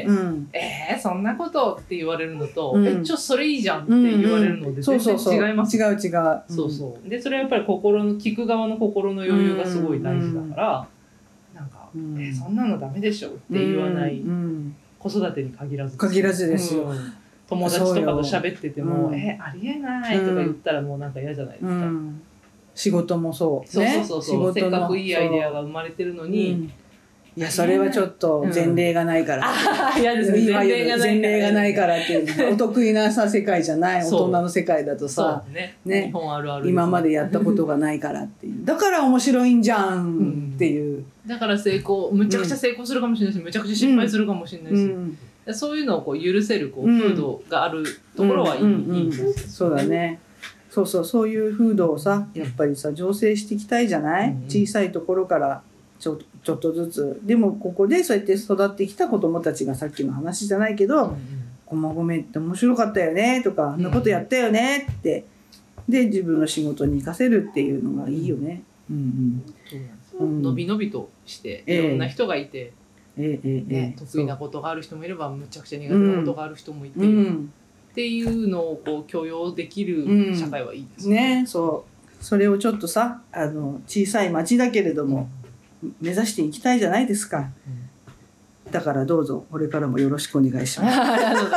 Speaker 2: そんなことって言われるのと、それいいじゃんって言われるので全然違います。
Speaker 1: 違う。
Speaker 2: そうそう。で、それはやっぱり聞く側の心の余裕がすごい大事だから、なんか、そんなのダメでしょって言わない。子育てに限らず。
Speaker 1: 限らずですよ。
Speaker 2: 友達とかと喋ってても、ありえないとか言ったらもうなんか嫌じゃないですか。
Speaker 1: 仕事もそう。
Speaker 2: そう。せっかくいいアイデアが生まれてるのに、
Speaker 1: いや、それはちょっと前例がないから。
Speaker 2: 嫌ですね。
Speaker 1: 前例がないからっていう。お得意なさ、世界じゃない。大人の世界だとさ、
Speaker 2: 日本あるある。
Speaker 1: 今までやったことがないからっていう。だから面白いんじゃんっていう。
Speaker 2: だからむちゃくちゃ成功するかもしれないし、むちゃくちゃ失敗するかもしれないし、そういうのをこう許せる風土があるところはいい。
Speaker 1: そうだね。そういう風土をさ、やっぱりさ、醸成していきたいじゃない？小さいところからちょっとずつ。でもここでそうやって育ってきた子供たちがさっきの話じゃないけど、駒込って面白かったよねとか、あんなことやったよねって、で自分の仕事に活かせるっていうのがいいよね。
Speaker 2: のびのびとしていろんな人がいて、得意なことがある人もいればむちゃくちゃ苦手なことがある人もいて、っていうのをこう許容できる社会はいいです
Speaker 1: ね。それをちょっとさ、小さい町だけれども目指していきたいじゃないですか。だからどうぞこれからもよろしくお願いします。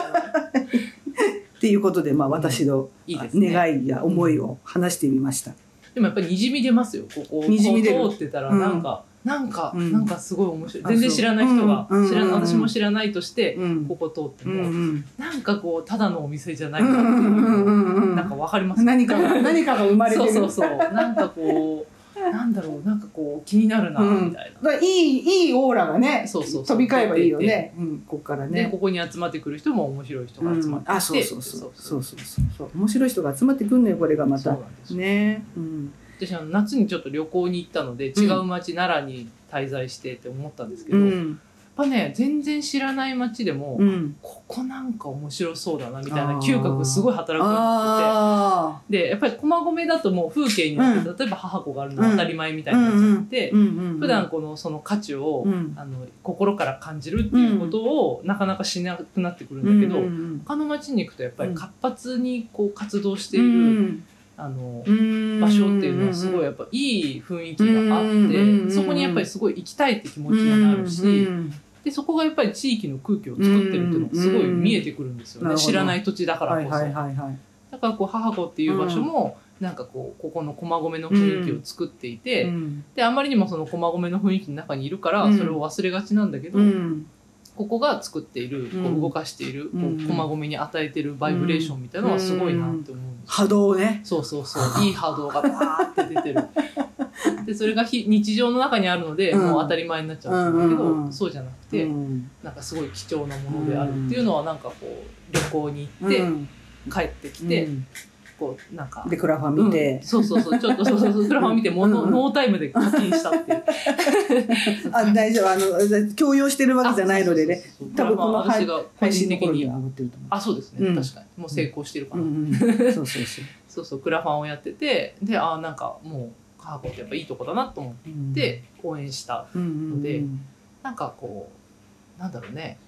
Speaker 1: っていうことで、私の願いや思いを話してみました。
Speaker 2: でもやっぱりにじみ出ますよ。ここ通ってたらなんかすごい面白い。全然知らない人が私も知らないとしてここ通ってもなんかこうただのお店じゃないなっていうなんかわかります。
Speaker 1: 何かが生まれてる。
Speaker 2: そうなんかこうなんだろう、なんかこう気になるなみたいな。
Speaker 1: いいオーラがね飛び交えばいいよね。ここからね。
Speaker 2: でここに集まってくる人も面白い人が集まってきて、
Speaker 1: そう面白い人が集まってくるのよ、これがまたね。
Speaker 2: 私夏にちょっと旅行に行ったので違う町奈良に滞在してって思ったんですけど、やっぱね全然知らない町でもここなんか面白そうだなみたいな嗅覚すごい働くようになってて、でやっぱり駒込だともう風景になって例えば母子があるのは当たり前みたいになっちゃって普段その価値を心から感じるっていうことをなかなかしなくなってくるんだけど、他の町に行くとやっぱり活発にこう活動している場所っていうのはすごいやっぱいい雰囲気があってそこにやっぱりすごい行きたいって気持ちになるし、でそこがやっぱり地域の空気を作ってるっていうのがすごい見えてくるんですよね。知らない土地だからこそ。だからこう母子っていう場所もなんかここの駒込の雰囲気を作っていて、であんまりにもその駒込の雰囲気の中にいるからそれを忘れがちなんだけど、ここが作っているこう動かしている駒込に与えてるバイブレーションみたいなのはすごいなって思うんです。
Speaker 1: 波動ね。
Speaker 2: そういい波動がバーって出てる。でそれが日常の中にあるのでもう当たり前になっちゃうんだけど、そうじゃなくてなんかすごい貴重なものであるっていうのはなんかこう旅行に行って帰ってきてこうなんか
Speaker 1: でクラファン見て、
Speaker 2: ちょっとクラファン見てノータイムで課金したっていう。
Speaker 1: 大丈夫、強要してるわけじゃないのでね。多分この
Speaker 2: 私が
Speaker 1: 配信的に上がってると思う。
Speaker 2: そうですね、確かにもう成功してるかな。そうクラファンをやってて、でなんかもう母子ってやっぱいいとこだなと思って応援したので、なんかこうなんだろうね、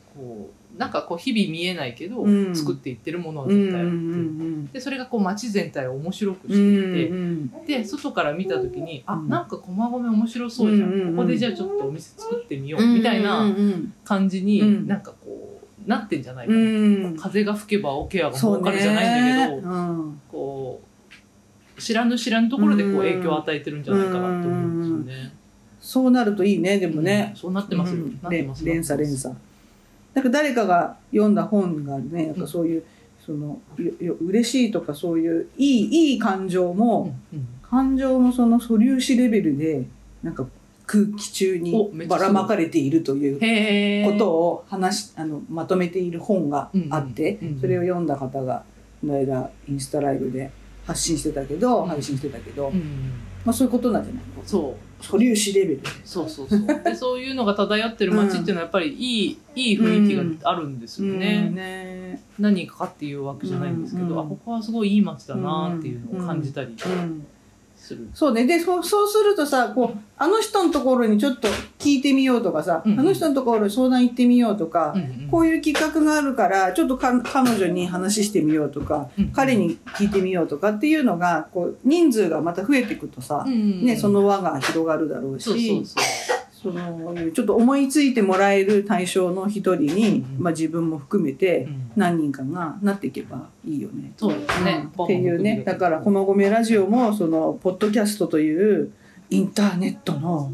Speaker 2: こうなんかこう日々見えないけど、作っていってるものは
Speaker 1: うん
Speaker 2: 絶対あるって、でそれがこう街全体を面白くしていて、で外から見た時になんか駒込面白そうじゃん、ここでじゃあちょっとお店作ってみようみたいな感じになんかこうなってんじゃないかな、風が吹けば桶屋が儲かるじゃないんだけど、こう知らぬところでこう影響を与えてるんじゃないかなと思うんですよね。
Speaker 1: そうなるといいね。でもね、
Speaker 2: そうなってますよ。
Speaker 1: 連鎖。なんか誰かが読んだ本がね、やっぱそういうその嬉しいとかそういういい感情もその素粒子レベルでなんか空気中にばらまかれているということをまとめている本があって、それを読んだ方がこの間インスタライブで配信してたけど、まあそういうことなんじゃないの？そう。素粒子レベル。
Speaker 2: そう。でそういうのが漂ってる街っていうのはやっぱりいい雰囲気があるんですよね。何かっていうわけじゃないんですけど、ここはすごいいい街だなっていうのを感じたりする。
Speaker 1: そうね。でそうするとさ、こうあの人のところにちょっと聞いてみようとかさ、あの人のところに相談行ってみようとか、こういう企画があるからちょっと彼女に話してみようとか、彼に聞いてみようとかっていうのがこう人数がまた増えていくとさ、ね、その輪が広がるだろうし、そのちょっと思いついてもらえる対象の一人に、まあ、自分も含めて何人かがなっていけばいいよね。
Speaker 2: そうですね。
Speaker 1: っていうね。だから駒込ラジオもそのポッドキャストというインターネットの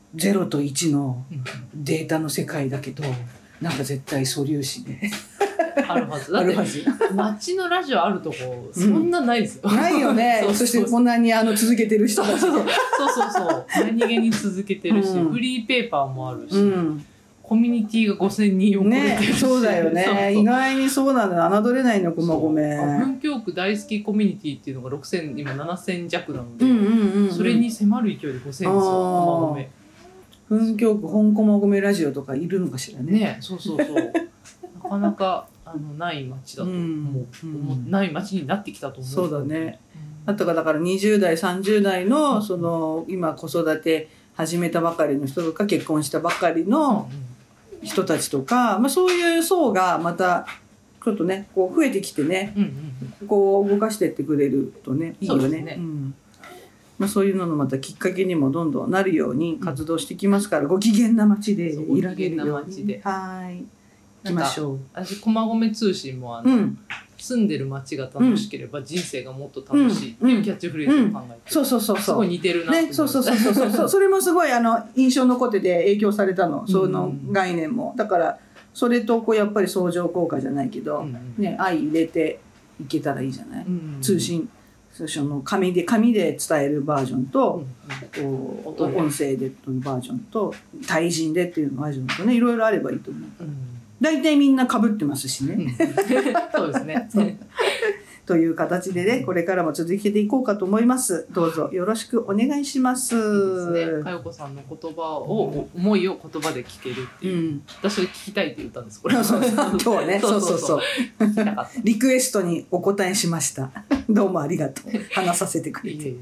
Speaker 1: 0と1のデータの世界だけど、なんか絶対素粒子で
Speaker 2: あるはず。だって街のラジオあるとこそんなないですよ。
Speaker 1: ないよね。そしてこんなに続けてる人たちで。
Speaker 2: そう。何気に続けてるし、フリーペーパーもあるし、コミュニティが5000人を超えてるし。
Speaker 1: そうだよね。意外にそうなの。侮れないの駒込。
Speaker 2: 文京区大好きコミュニティっていうのが6000、今7000弱なので、それに迫る勢いで5000ですよ、駒込。
Speaker 1: 文京区本駒込ラジオとかいるのかしらね。
Speaker 2: ね、そう。なかなかない街だとない街になってきたと思う。
Speaker 1: そうだね。あとがだから20代30代のその今子育て始めたばかりの人とか結婚したばかりの人たちとか、まあそういう層がまたちょっとねこう増えてきてね、こう動かしてってくれるとねいいよね。まあそういうののまたきっかけにもどんどんなるように活動してきますから、ご機嫌な街でいられるように。はい。行きましょう。
Speaker 2: 私駒込通信も住んでる街が楽しければ人生がもっと楽しいっていうキャッチフレーズを考えて、
Speaker 1: そう
Speaker 2: すごい似てるなって。
Speaker 1: そうそれもすごい印象残ってて影響されたの、その概念も。だからそれとこうやっぱり相乗効果じゃないけど、ね、相入れていけたらいいじゃない。通信その紙で伝えるバージョンと、音声でというバージョンと対人でっていうバージョンとね、いろいろあればいいと思う。大体みんな被ってますしね。
Speaker 2: そうですね。
Speaker 1: という形でね、これからも続けていこうかと思います。どうぞよろしくお願いします。
Speaker 2: かよこさんの言葉を、思いを言葉で聞けるっていう。私は聞きたいって言ったんです。これ。
Speaker 1: 今日はね、そう。リクエストにお答えしました。どうもありがとう。話させてくれて。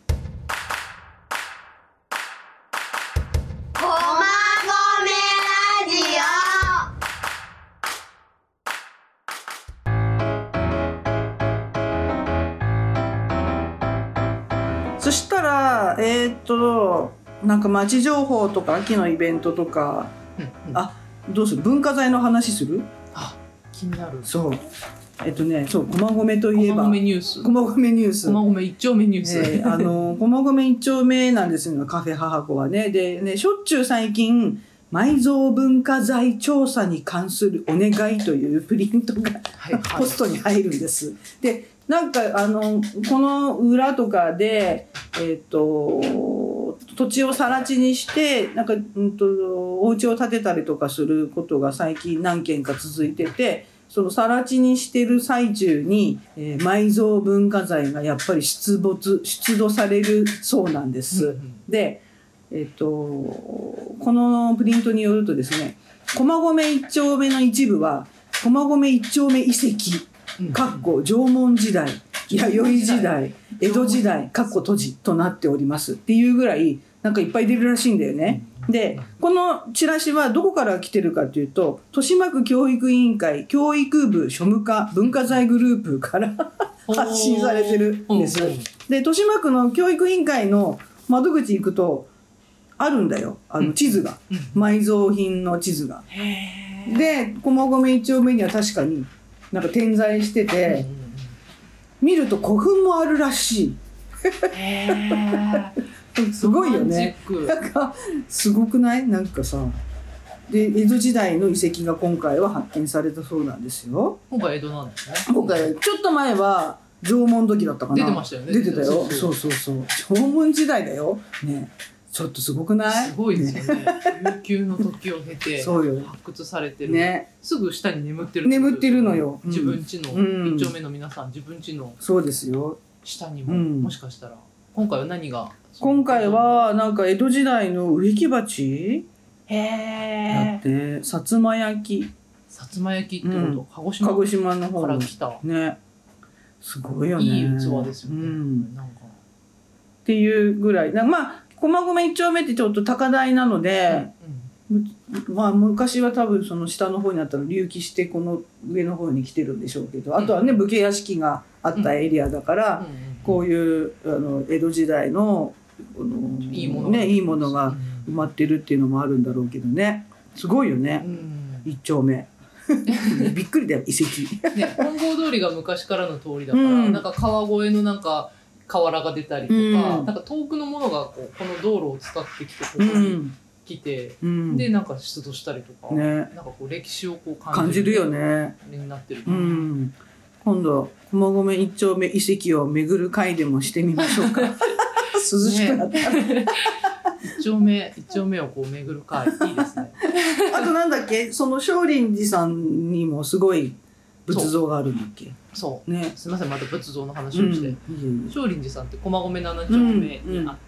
Speaker 1: そしたらなんか街情報とか秋のイベントとか、どうする？文化財の話する？
Speaker 2: 気になる。
Speaker 1: そうそう駒込といえば駒込ニュース駒
Speaker 2: 込一丁目ニュース、
Speaker 1: 駒込一丁目なんですよ、カフェ母子はね。でね、しょっちゅう最近埋蔵文化財調査に関するお願いというプリントがポストに入るんです。でなんかこの裏とかで土地を更地にしてなんかお家を建てたりとかすることが最近何件か続いてて、その更地にしてる最中に、埋蔵文化財がやっぱり出土されるそうなんです。でこのプリントによるとですね、駒込一丁目の一部は駒込一丁目遺跡縄文時代、弥生時代、江戸時代閉じとなっておりますっていうぐらいなんかいっぱい出るらしいんだよね。 で、このチラシはどこから来てるかというと、豊島区教育委員会教育部庶務課文化財グループから発信されてるんです。で、豊島区の教育委員会の窓口行くとあるんだよ、地図が、埋蔵品の地図が。で、駒込1丁目には確かになんか点在してて、見ると古墳もあるらしい。すごいよね。なんかすごくない？なんかさ、で江戸時代の遺跡が今回は発見されたそうなんですよ。
Speaker 2: 今回江戸なんですね。
Speaker 1: 今回ちょっと前は縄文時だったかな。
Speaker 2: 出てましたよね。
Speaker 1: 出てたよ。そうそうそう。縄文時代だよ。ね。ちょっとすごくない？
Speaker 2: すごいですよね。悠久の時を経て発掘されてる。
Speaker 1: ね。
Speaker 2: すぐ下に眠ってる。
Speaker 1: 眠ってるのよ。
Speaker 2: 自分家の一丁目の皆さん、自分家の
Speaker 1: そうですよ。
Speaker 2: 下にももしかしたら今回は何が？
Speaker 1: 今回はなんか江戸時代の植木鉢
Speaker 2: だ
Speaker 1: って薩摩焼。
Speaker 2: 薩摩焼ってこと？鹿
Speaker 1: 児島の方
Speaker 2: から来た。
Speaker 1: ね。すごいよね。
Speaker 2: いい器ですよね。なんか
Speaker 1: っていうぐらい。まあ駒込1丁目ってちょっと高台なので、まあ昔は多分その下の方にあったら隆起してこの上の方に来てるんでしょうけど、あとはね武家屋敷があったエリアだから、こういう江戸時代のいいものが埋まってるっていうのもあるんだろうけどね。すごいよね。1丁目。びっくりだよ遺跡。
Speaker 2: ね、本郷通りが昔からの通りだから、なんか川越のなんか河原が出たりとか、なんか遠くのものがこの道路を使ってきてここに来て、でなんか出土したりとか、なんかこう歴史をこう
Speaker 1: 感じるよね。
Speaker 2: になってる。
Speaker 1: 今度駒込1丁目遺跡を巡る会でもしてみましょうか。涼しくなったら。
Speaker 2: 一丁目をこう巡る会いいですね。
Speaker 1: あとなんだっけ、その少林寺さんにもすごい仏像があるんだっけ。
Speaker 2: そう
Speaker 1: ね、
Speaker 2: すみませんまた仏像の話をして、少林寺さんって駒込7丁目にあって、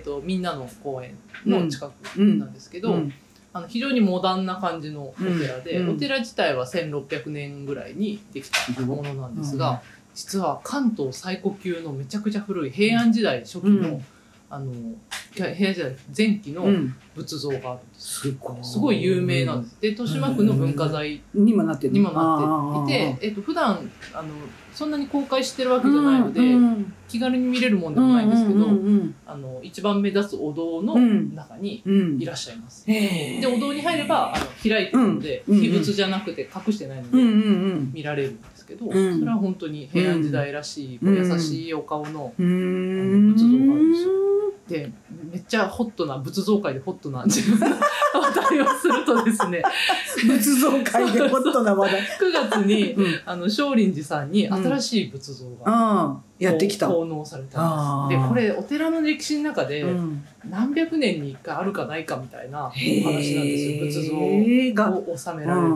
Speaker 2: みんなの公園の近くなんですけど、非常にモダンな感じのお寺で、お寺自体は1600年ぐらいにできたものなんですが、実は関東最古級のめちゃくちゃ古い平安時代初期の、平安時代前期の仏像があるんです。すごい有名なんです。で、豊島区の文化財
Speaker 1: にもなってい
Speaker 2: て、普段そんなに公開してるわけじゃないので、気軽に見れるもんでもないんですけど、一番目立つお堂の中にいらっしゃいます。で、お堂に入れば開いてるので、秘仏じゃなくて隠してないので見られるんですけど、それは本当に平安時代らしい優しいお顔の仏像があるんですよ。でめっちゃホットな仏像界でホットな自分の話題をするとですね、
Speaker 1: 仏像界でホットな話題。
Speaker 2: 9月に少林寺さんに新しい仏像が
Speaker 1: やってきた
Speaker 2: 奉納されたんです。でこれお寺の歴史の中で何百年に1回あるかないかみたいな話なんですよ。仏像を収められるっていう。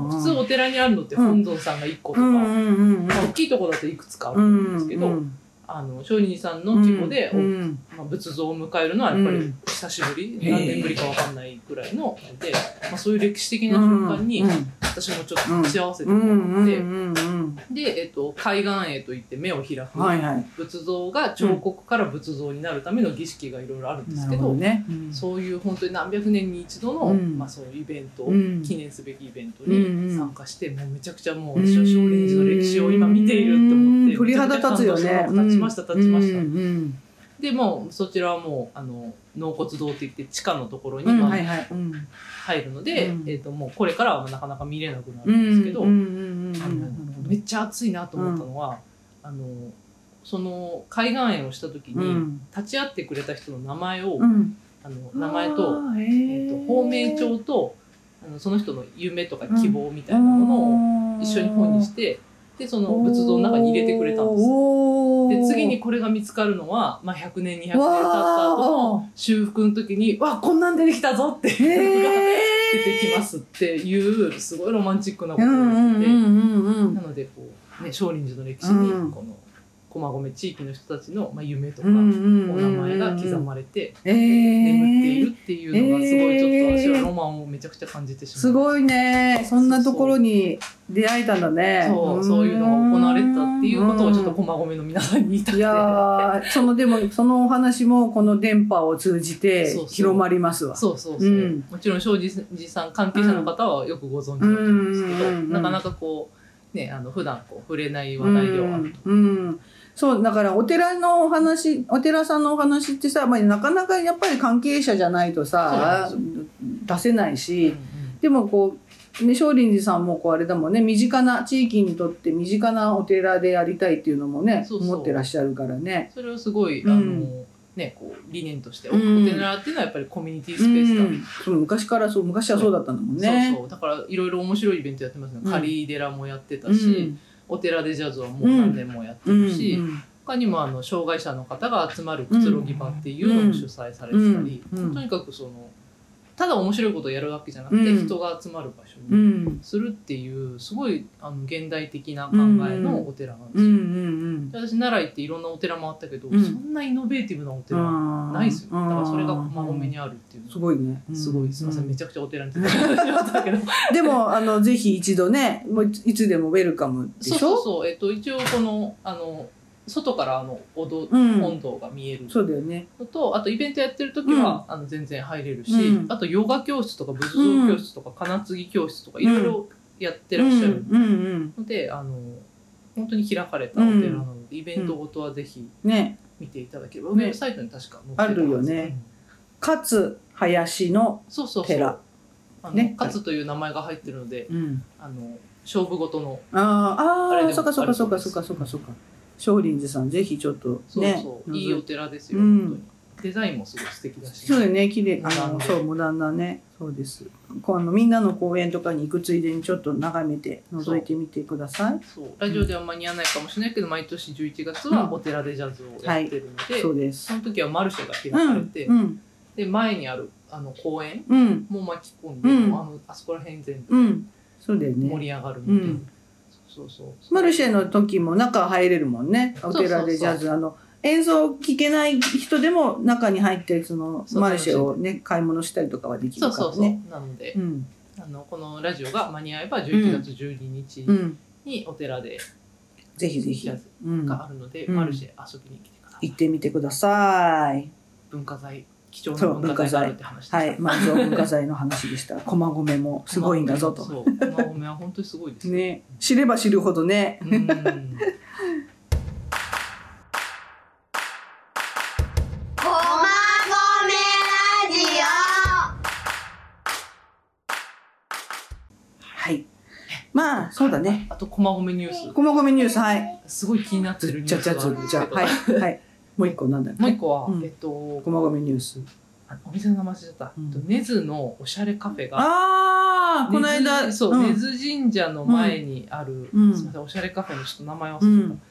Speaker 2: 普通お寺にあるのって本尊さんが1個とか、大きいところだといくつかあると思うんですけど、少林寺さんの規模で、仏像を迎えるのはやっぱり久しぶり、何年ぶりか分かんないぐらいので、そういう歴史的な瞬間に私もちょっと幸せてもらって、で、海岸絵といって目を開く仏像が彫刻から仏像になるための儀式がいろいろあるんですけど、そういう本当に何百年に一度のそういうイベント、記念すべきイベントに参加して、もうめちゃくちゃもう私は少林寺の歴史を今見ているって思って、
Speaker 1: 鳥肌立つよね。
Speaker 2: 立ちました。でもうそちらはもう納骨堂っていって地下のところに入るので、もうこれからはなかなか見れなくなるんですけど、めっちゃ熱いなと思ったのは、その海岸園をした時に立ち会ってくれた人の名前を、名前と芳名帳とその人の夢とか希望みたいなものを一緒に本にして。でその仏像の中に入れてくれたんです。で次にこれが見つかるのは、100年200年経った後の修復の時にこんなん出てきたぞっていうのが出てきますっていうすごいロマンチックなことを言ってて、なのでこう、少林寺の歴史にこの駒込地域の人たちの、夢とか、
Speaker 1: うん
Speaker 2: お
Speaker 1: うんうんうん
Speaker 2: 名前が刻まれて、
Speaker 1: 眠
Speaker 2: 眠っているっていうのがすごいちょっと私はロマンをめちゃくちゃ感じてしまう。
Speaker 1: すごいね。そんなところに出会えたんだね。
Speaker 2: そういうのが行われてたっていうことをちょっと駒込の皆さんに言いたくて。
Speaker 1: いやー、でもそのお話もこの電波を通じて広まりますわ。
Speaker 2: そう、もちろん庄司さん関係者の方はよくご存知だと思うんですけど、なかなかこうね、普段触れない話題ではあると。
Speaker 1: そうだからお寺さんのお話ってさ、なかなかやっぱり関係者じゃないとさ出せないし、でもこうね、少林寺さんもあれだもんね、地域にとって身近なお寺でやりたいっていうのもね、思ってらっしゃるからね。
Speaker 2: それをすごい理念としてお寺っていうのはやっぱりコミュニティスペースだ。
Speaker 1: 昔はそうだったんだもんね。
Speaker 2: だからいろいろ面白いイベントやってますね。仮寺もやってたし、お寺でジャズはもう何年もやってるし、他にも障害者の方が集まるくつろぎ場っていうのも主催されてたり、とにかくただ面白いことをやるわけじゃなくて、人が集まる場所にするっていうすごい現代的な考えのお寺なんですよ。私奈良行っていろんなお寺もあったけど、そんなイノベーティブなお寺はないですよ。だからそれが駒込にあるっていうのは
Speaker 1: すごいね。
Speaker 2: すごい。すみません、めちゃくちゃお寺に行ってたけど。
Speaker 1: でもぜひ一度ね、いつでもウェルカムでしょ。
Speaker 2: そう、一応この外から本堂が見えるのと、あとイベントやってる時は全然入れるし、あとヨガ教室とか仏像教室とか金継ぎ教室とかいろいろやってらっしゃるので、本当に開かれたお寺なので、イベントごとはぜひ見ていただければ、ウェブサイトに確か載ってた
Speaker 1: あるよね。勝林の寺。
Speaker 2: 勝という名前が入ってるので、勝負事の
Speaker 1: そうか少林寺さんぜひちょっとね、
Speaker 2: いいお寺ですよ。本当にデザインもすごい素敵だし。
Speaker 1: そうだね、綺麗。そうモダンなね、そうです。みんなの公園とかに行くついでにちょっと眺めて覗いてみてください。
Speaker 2: ラジオでは間に合わないかもしれないけど、毎年11月はお寺でジャズをやってるので、
Speaker 1: そうです。
Speaker 2: その時はマルシェが開かれて、で前にある公園も巻き込んで、あそこら辺全部盛り上がるので。
Speaker 1: マルシェの時も中入れるもんね。お寺でジャズ演奏聴けない人でも中に入ってマルシェをね買い物したりとかはできるからね。
Speaker 2: なのでこのラジオが間に合えば11月12日にお寺で
Speaker 1: ぜひぜひ
Speaker 2: ジャズがあるのでマルシェ遊びに来てください。
Speaker 1: 行ってみてください。
Speaker 2: 文化財貴重な文化財があるって話でした。
Speaker 1: はい、万蔵文化財の話でした。駒込もすごいんだぞと。
Speaker 2: そう、駒込は本当にすごいです
Speaker 1: ね。知れば知るほどね。
Speaker 4: 駒込ラジオ。
Speaker 1: はい。まあそうだね。
Speaker 2: あと駒込ニュース。
Speaker 1: 駒込ニュース、はい。
Speaker 2: すごい気になってるニュースがあるんですけど。
Speaker 1: はい。もう一個なんだっけ。
Speaker 2: もう一個は
Speaker 1: 駒込ニュース。
Speaker 2: お店の名前忘れちゃった。根津のおしゃれカフェが。
Speaker 1: この間。
Speaker 2: そう、根津神社の前にある、すみません、おしゃれカフェのちょっと名前忘れちゃった。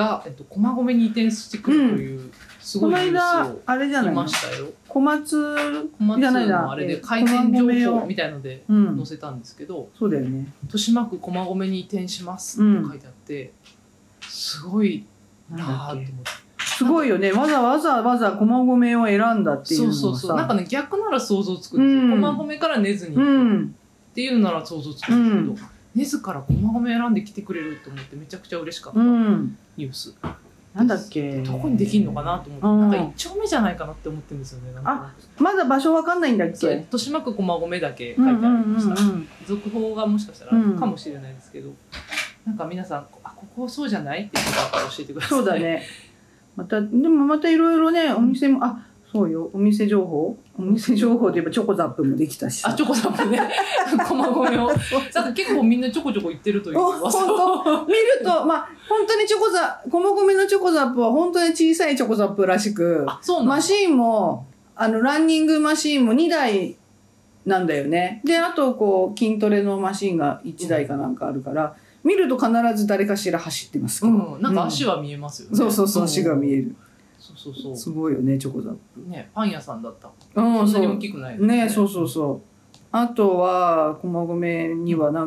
Speaker 2: が、駒込に移転してくるという、すごいニュースを
Speaker 1: あれじゃない
Speaker 2: 見ましたよ。
Speaker 1: 小松
Speaker 2: じゃないな。あれで改善情報みたいので載せたんですけど、
Speaker 1: そうだよね。
Speaker 2: 豊島区駒込に移転しますって書いてあって、すごいなぁと思って。
Speaker 1: すごいよね。わざわざ駒込を選んだっていうのはさ。
Speaker 2: そう。なんかね、逆なら想像つくんですよ。駒込から根津に行くっていうなら想像つくんですけど、根津から駒込選んで来てくれると思ってめちゃくちゃ嬉しかったニュース。
Speaker 1: なんだっけ。
Speaker 2: どこにできんのかなと思って、なんか一丁目じゃないかなって思ってるんですよね。
Speaker 1: まだ場所わかんないんだっけ。
Speaker 2: 豊島区駒込だけ書いてありました。続報がもしかしたらかもしれないですけど、なんか皆さん、ここそうじゃないっていうことあったら教えてください。
Speaker 1: そうだね。でもまたいろいろね、お店も、そうよ、お店情報で言えばチョコザップもできたしさ。
Speaker 2: チョコザップね。駒込を。なんか結構みんなちょこちょこ行ってるという噂。
Speaker 1: 本当見ると、本当に駒込のチョコザップは本当に小さいチョコザップらしく、マシーンも、ランニングマシーンも2台なんだよね。で、あと筋トレのマシーンが1台かなんかあるから、見ると必ず誰かしら走ってますけど。
Speaker 2: なんか足は見えますよね。
Speaker 1: そう、足が見える。
Speaker 2: そう。
Speaker 1: すごいよね、チョコザップ。
Speaker 2: ね、パン屋さんだった。そんなに大きくない
Speaker 1: ね。そう。あとは、駒込にはなんか、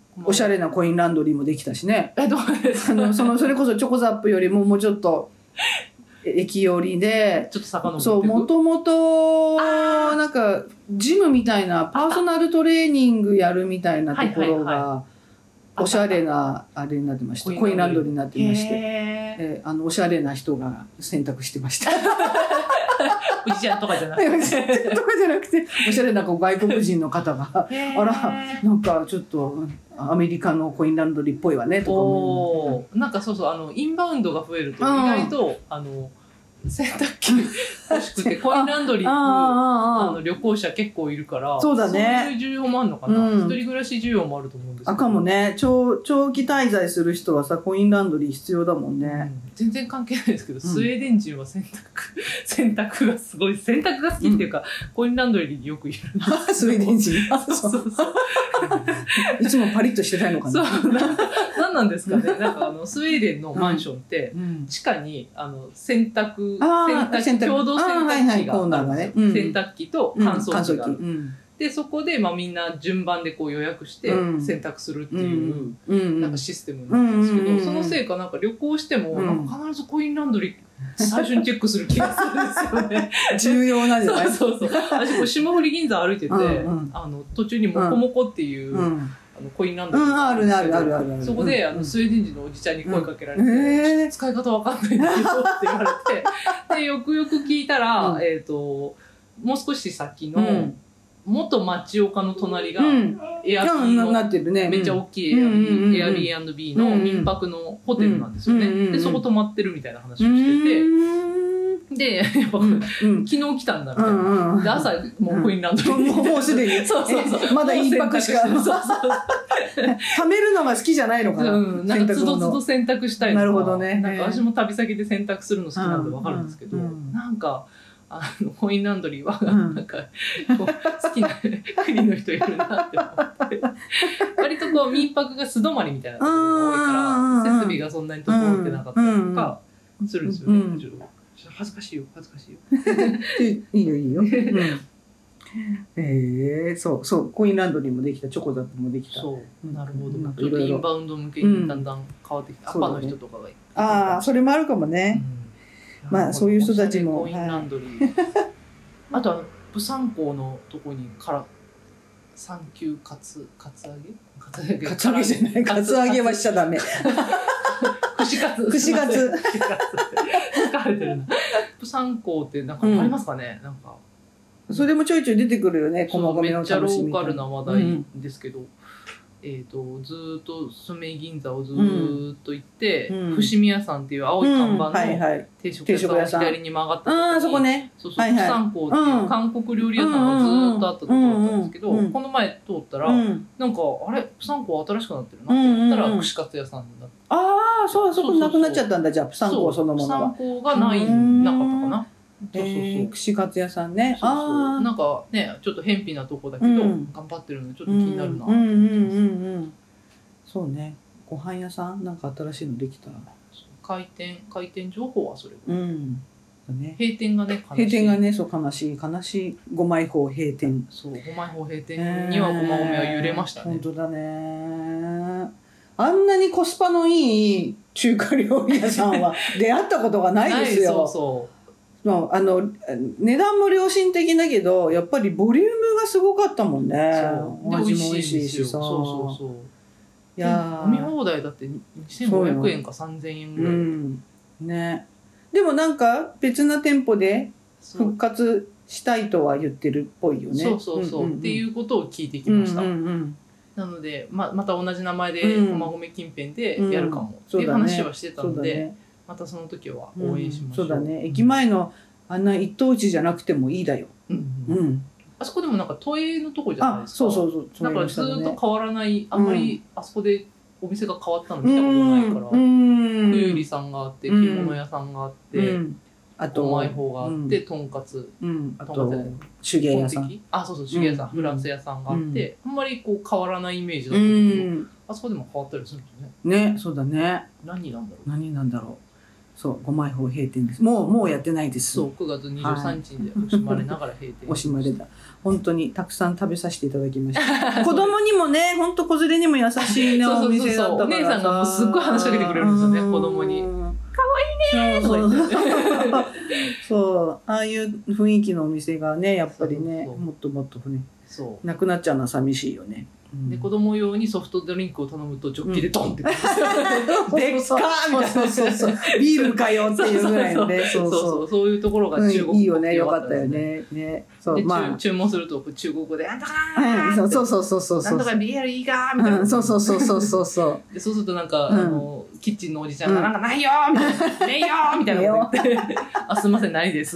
Speaker 1: おしゃれなコインランドリーもできたしね。
Speaker 2: どうですか？
Speaker 1: それこそチョコザップよりももうちょっと駅寄りで、
Speaker 2: ちょっと遡って
Speaker 1: そう、もともと、なんか、ジムみたいな、パーソナルトレーニングやるみたいなところが、おしゃれな、あれになってました。コインランドリーになってまして、おしゃれな人が選択してました。
Speaker 2: おじちゃんとかじゃなくて。
Speaker 1: おじちゃんとかじゃなくて、おしゃれな外国人の方が、あら、なんかちょっと、アメリカのコインランドリーっぽいわね、とか思
Speaker 2: う。なんかそうそう、インバウンドが増えると、意外と、洗濯機欲しくて、コインランドリー行く旅行者結構いるから、
Speaker 1: そうだね。
Speaker 2: そういう需要もあるのかな。一人暮らし需要もあると思うんですけど。
Speaker 1: かもね。長期滞在する人はさ、コインランドリー必要だもんね。
Speaker 2: 全然関係ないですけど、スウェーデン人は洗濯がすごい、洗濯が好きっていうか、コインランドリーによくいる。
Speaker 1: スウェーデン人。
Speaker 2: そうそうそう。
Speaker 1: いつもパリッとしてないのかな。
Speaker 2: そう、なんなんですかね。なんかスウェーデンのマンションって、地下に、共同洗濯機があるんですよ。洗濯機と乾燥機がある。で、そこで、みんな順番でこう予約して洗濯するっていう、なんかシステムなんですけど、そのせいかなんか旅行しても、なんか必ずコインランドリー最初にチェックする気がするんですよね。
Speaker 1: 重要なんじゃない？
Speaker 2: そうそう。私、霜降り銀座歩いてて、途中にモコモコっていう、コインランドリーが
Speaker 1: あるある。
Speaker 2: そこで、スウェーデン人のおじちゃんに声かけられて、使い方わかんないんだけどって言われて、で、よくよく聞いたら、もう少し先の、元町岡の隣が、エアビーの、めっちゃ大きいエアビー&ビーの民泊のホテルなんですよね。で、そこ泊まってるみたいな話をしてて、で、やっぱ、昨日来たんだみたいな。で、朝、もうコインランドリー
Speaker 1: もうすでに。
Speaker 2: そうそうそう。
Speaker 1: まだ一泊しか。そうそう。貯めるのが好きじゃないのかな。
Speaker 2: なんか、つどつど洗濯したいとか。
Speaker 1: なるほどね。
Speaker 2: なんか、私も旅先で洗濯するの好きなんでわかるんですけど、なんか、コインランドリーは、なんか、好きな国の人いるなって思って。割とこう、民泊が素泊まりみたいなところが多いから、設備がそんなに整ってなかったりとか、するんですよね。恥ずかしいよ。
Speaker 1: いいよ。そう、コインランドリーもできた、チョコザップもできた。
Speaker 2: そう、なるほど。ちょっとインバウンド向けにだんだん変わってきて、アパの人とかがいる。
Speaker 1: ああ、それもあるかもね。そういう人たちも。
Speaker 2: コインランドリー。あとプサン港のとこにサンキューカツアゲ
Speaker 1: カツアゲじゃない。カツアゲはしちゃダメ。
Speaker 2: 串カツ。
Speaker 1: 串カツ。
Speaker 2: 疲れてるな。プサン港ってなんかありますかね？なんか。
Speaker 1: それもちょいちょい出てくるよね。
Speaker 2: めっちゃローカルな話題ですけど。ずーっとスメ銀座をずーっと行って、伏見屋さんっていう青い看板の定食屋さんを左に曲がったところに、
Speaker 1: そこね。
Speaker 2: そうそう、プサン港っていう韓国料理屋さんがずーっとあったところだったんですけど、この前通ったら、なんか、あれプサン港新しくなってるなって思ったら、串カツ屋さんになって。
Speaker 1: ああ、そこなくなっちゃったんだ、じゃあ、プサン港そのものは。
Speaker 2: プサン港がなかったかな。
Speaker 1: 串カツ屋さんね。
Speaker 2: なんかね、ちょっと偏僻なとこだけど、頑張ってるのでちょっと気になるな。
Speaker 1: そうね。ご飯屋さんなんか新しいのできた。
Speaker 2: 開店情報はそれ。
Speaker 1: 閉
Speaker 2: 店がね、
Speaker 1: そう悲しい五枚峰閉店。
Speaker 2: そう、五枚峰閉店には駒込は揺れましたね。
Speaker 1: 本当だね。あんなにコスパのいい中華料理屋さんは出会ったことがないですよ。
Speaker 2: そう。
Speaker 1: 値段も良心的だけど、やっぱりボリュームがすごかったもんね。味も美味しいしさ。
Speaker 2: そう。いや飲み放題だって2500円か3000円ぐらい。
Speaker 1: ね。でもなんか別な店舗で復活したいとは言ってるっぽいよね。
Speaker 2: そう。っていうことを聞いてきました。なので、また同じ名前で駒込近辺でやるかもっていう話はしてたので、またその時は応援しましょう。
Speaker 1: そうだね。駅前のあんな一等地じゃなくてもいいだよ。
Speaker 2: あそこでもなんか都営のとこじゃないですか。そう。だからずっと変わらない、あんまりあそこでお店が変わったの見たことないから、くゆりさんがあって、着物屋さんがあって、あと、お前方があって、とんかつ、
Speaker 1: あと、手芸屋さん。
Speaker 2: そう、手芸屋さん、フランス屋さんがあって、あんまりこう変わらないイメージだったけど、あそこでも変わったりするんですね。
Speaker 1: ね、そうだね。
Speaker 2: 何なんだろう。
Speaker 1: そう5枚砲閉店です。もうやってないです。
Speaker 2: そう、9月23日で惜しまれながら閉店。
Speaker 1: 惜しまれた。本当にたくさん食べさせていただきました子供にもね、本当子連れにも優しいねお店だったからさ。
Speaker 2: お姉さんがもうすっごい話しかけてくれるんですよね、子供に。可愛いねーとか言って
Speaker 1: そう、ああいう雰囲気のお店がね、やっぱりね、もっともっとね、なくなっちゃうのは寂しいよね。
Speaker 2: で子供用にソフトドリンクを頼むとジョッキでドンってくるんですよ。でっかーみたいな。
Speaker 1: そうビールかよっていうぐらいのね。
Speaker 2: そういうところが中国
Speaker 1: いいよね、よかったよね。
Speaker 2: そう注文すると中国語でなんとかー
Speaker 1: そう
Speaker 2: なんとかビールいいかーみたいな。
Speaker 1: そう
Speaker 2: でそうするとなんかキッチンのおじちゃんがなんかないよーみたいな、ねえよーみたいなこと言って、あすみませんないです。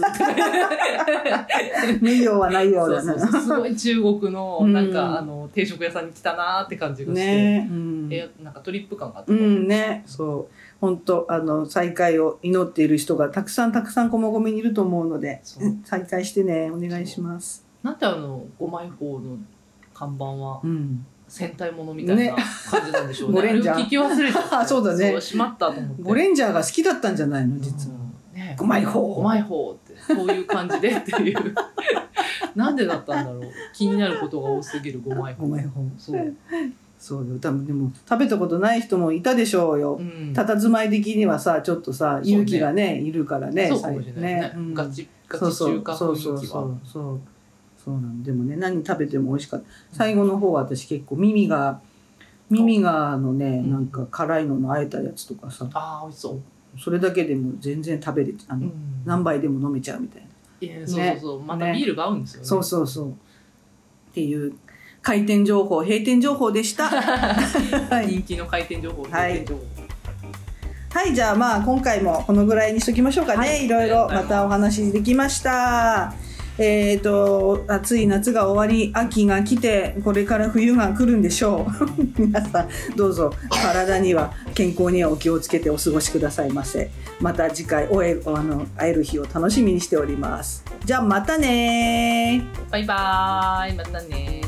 Speaker 1: ねえよはないようだな。
Speaker 2: すごい中国のなんか定食屋さんに来たなーって感じがして、なんかトリップ感があった。
Speaker 1: ね、そう。本当再会を祈っている人がたくさん駒込にいると思うので、再会してね、お願いします。
Speaker 2: なんで5枚砲の看板は戦隊ものみたいな感じなんでしょうね。
Speaker 1: ゴレンジャー
Speaker 2: 聞き忘れてた。
Speaker 1: そうだね。
Speaker 2: そうしまったと思って。
Speaker 1: ゴレンジャーが好きだったんじゃないの実は。5枚砲。
Speaker 2: 5枚砲ってこういう感じでっていう。なんでだったんだろう。気になることが多すぎる5枚砲。
Speaker 1: 5枚砲。そうよ。多分でも食べたことない人もいたでしょうよ。佇まい的にはさ、ちょっとさ勇気がねいるからね。
Speaker 2: そうかもしれないね。ガチ中華雰囲気は。
Speaker 1: そうなんでもね、何食べても美味しかった。最後の方は私結構耳がのね、なんか辛いののあえたやつとかさ、
Speaker 2: 美味しそう。
Speaker 1: それだけでも全然食べれて何杯でも飲めちゃうみたい
Speaker 2: な。そうまたビールが合うんですよね。
Speaker 1: そうっていう開店情報、閉店情報でした。
Speaker 2: 人気の開店情報、閉店情報。
Speaker 1: はい、じゃあまあ今回もこのぐらいにしときましょうかね。いろいろまたお話できました。暑い夏が終わり、秋が来て、これから冬が来るんでしょう。皆さんどうぞ体には健康にはお気をつけてお過ごしくださいませ。また次回会える日を楽しみにしております。じゃあまたね。
Speaker 2: バイバーイ、またね。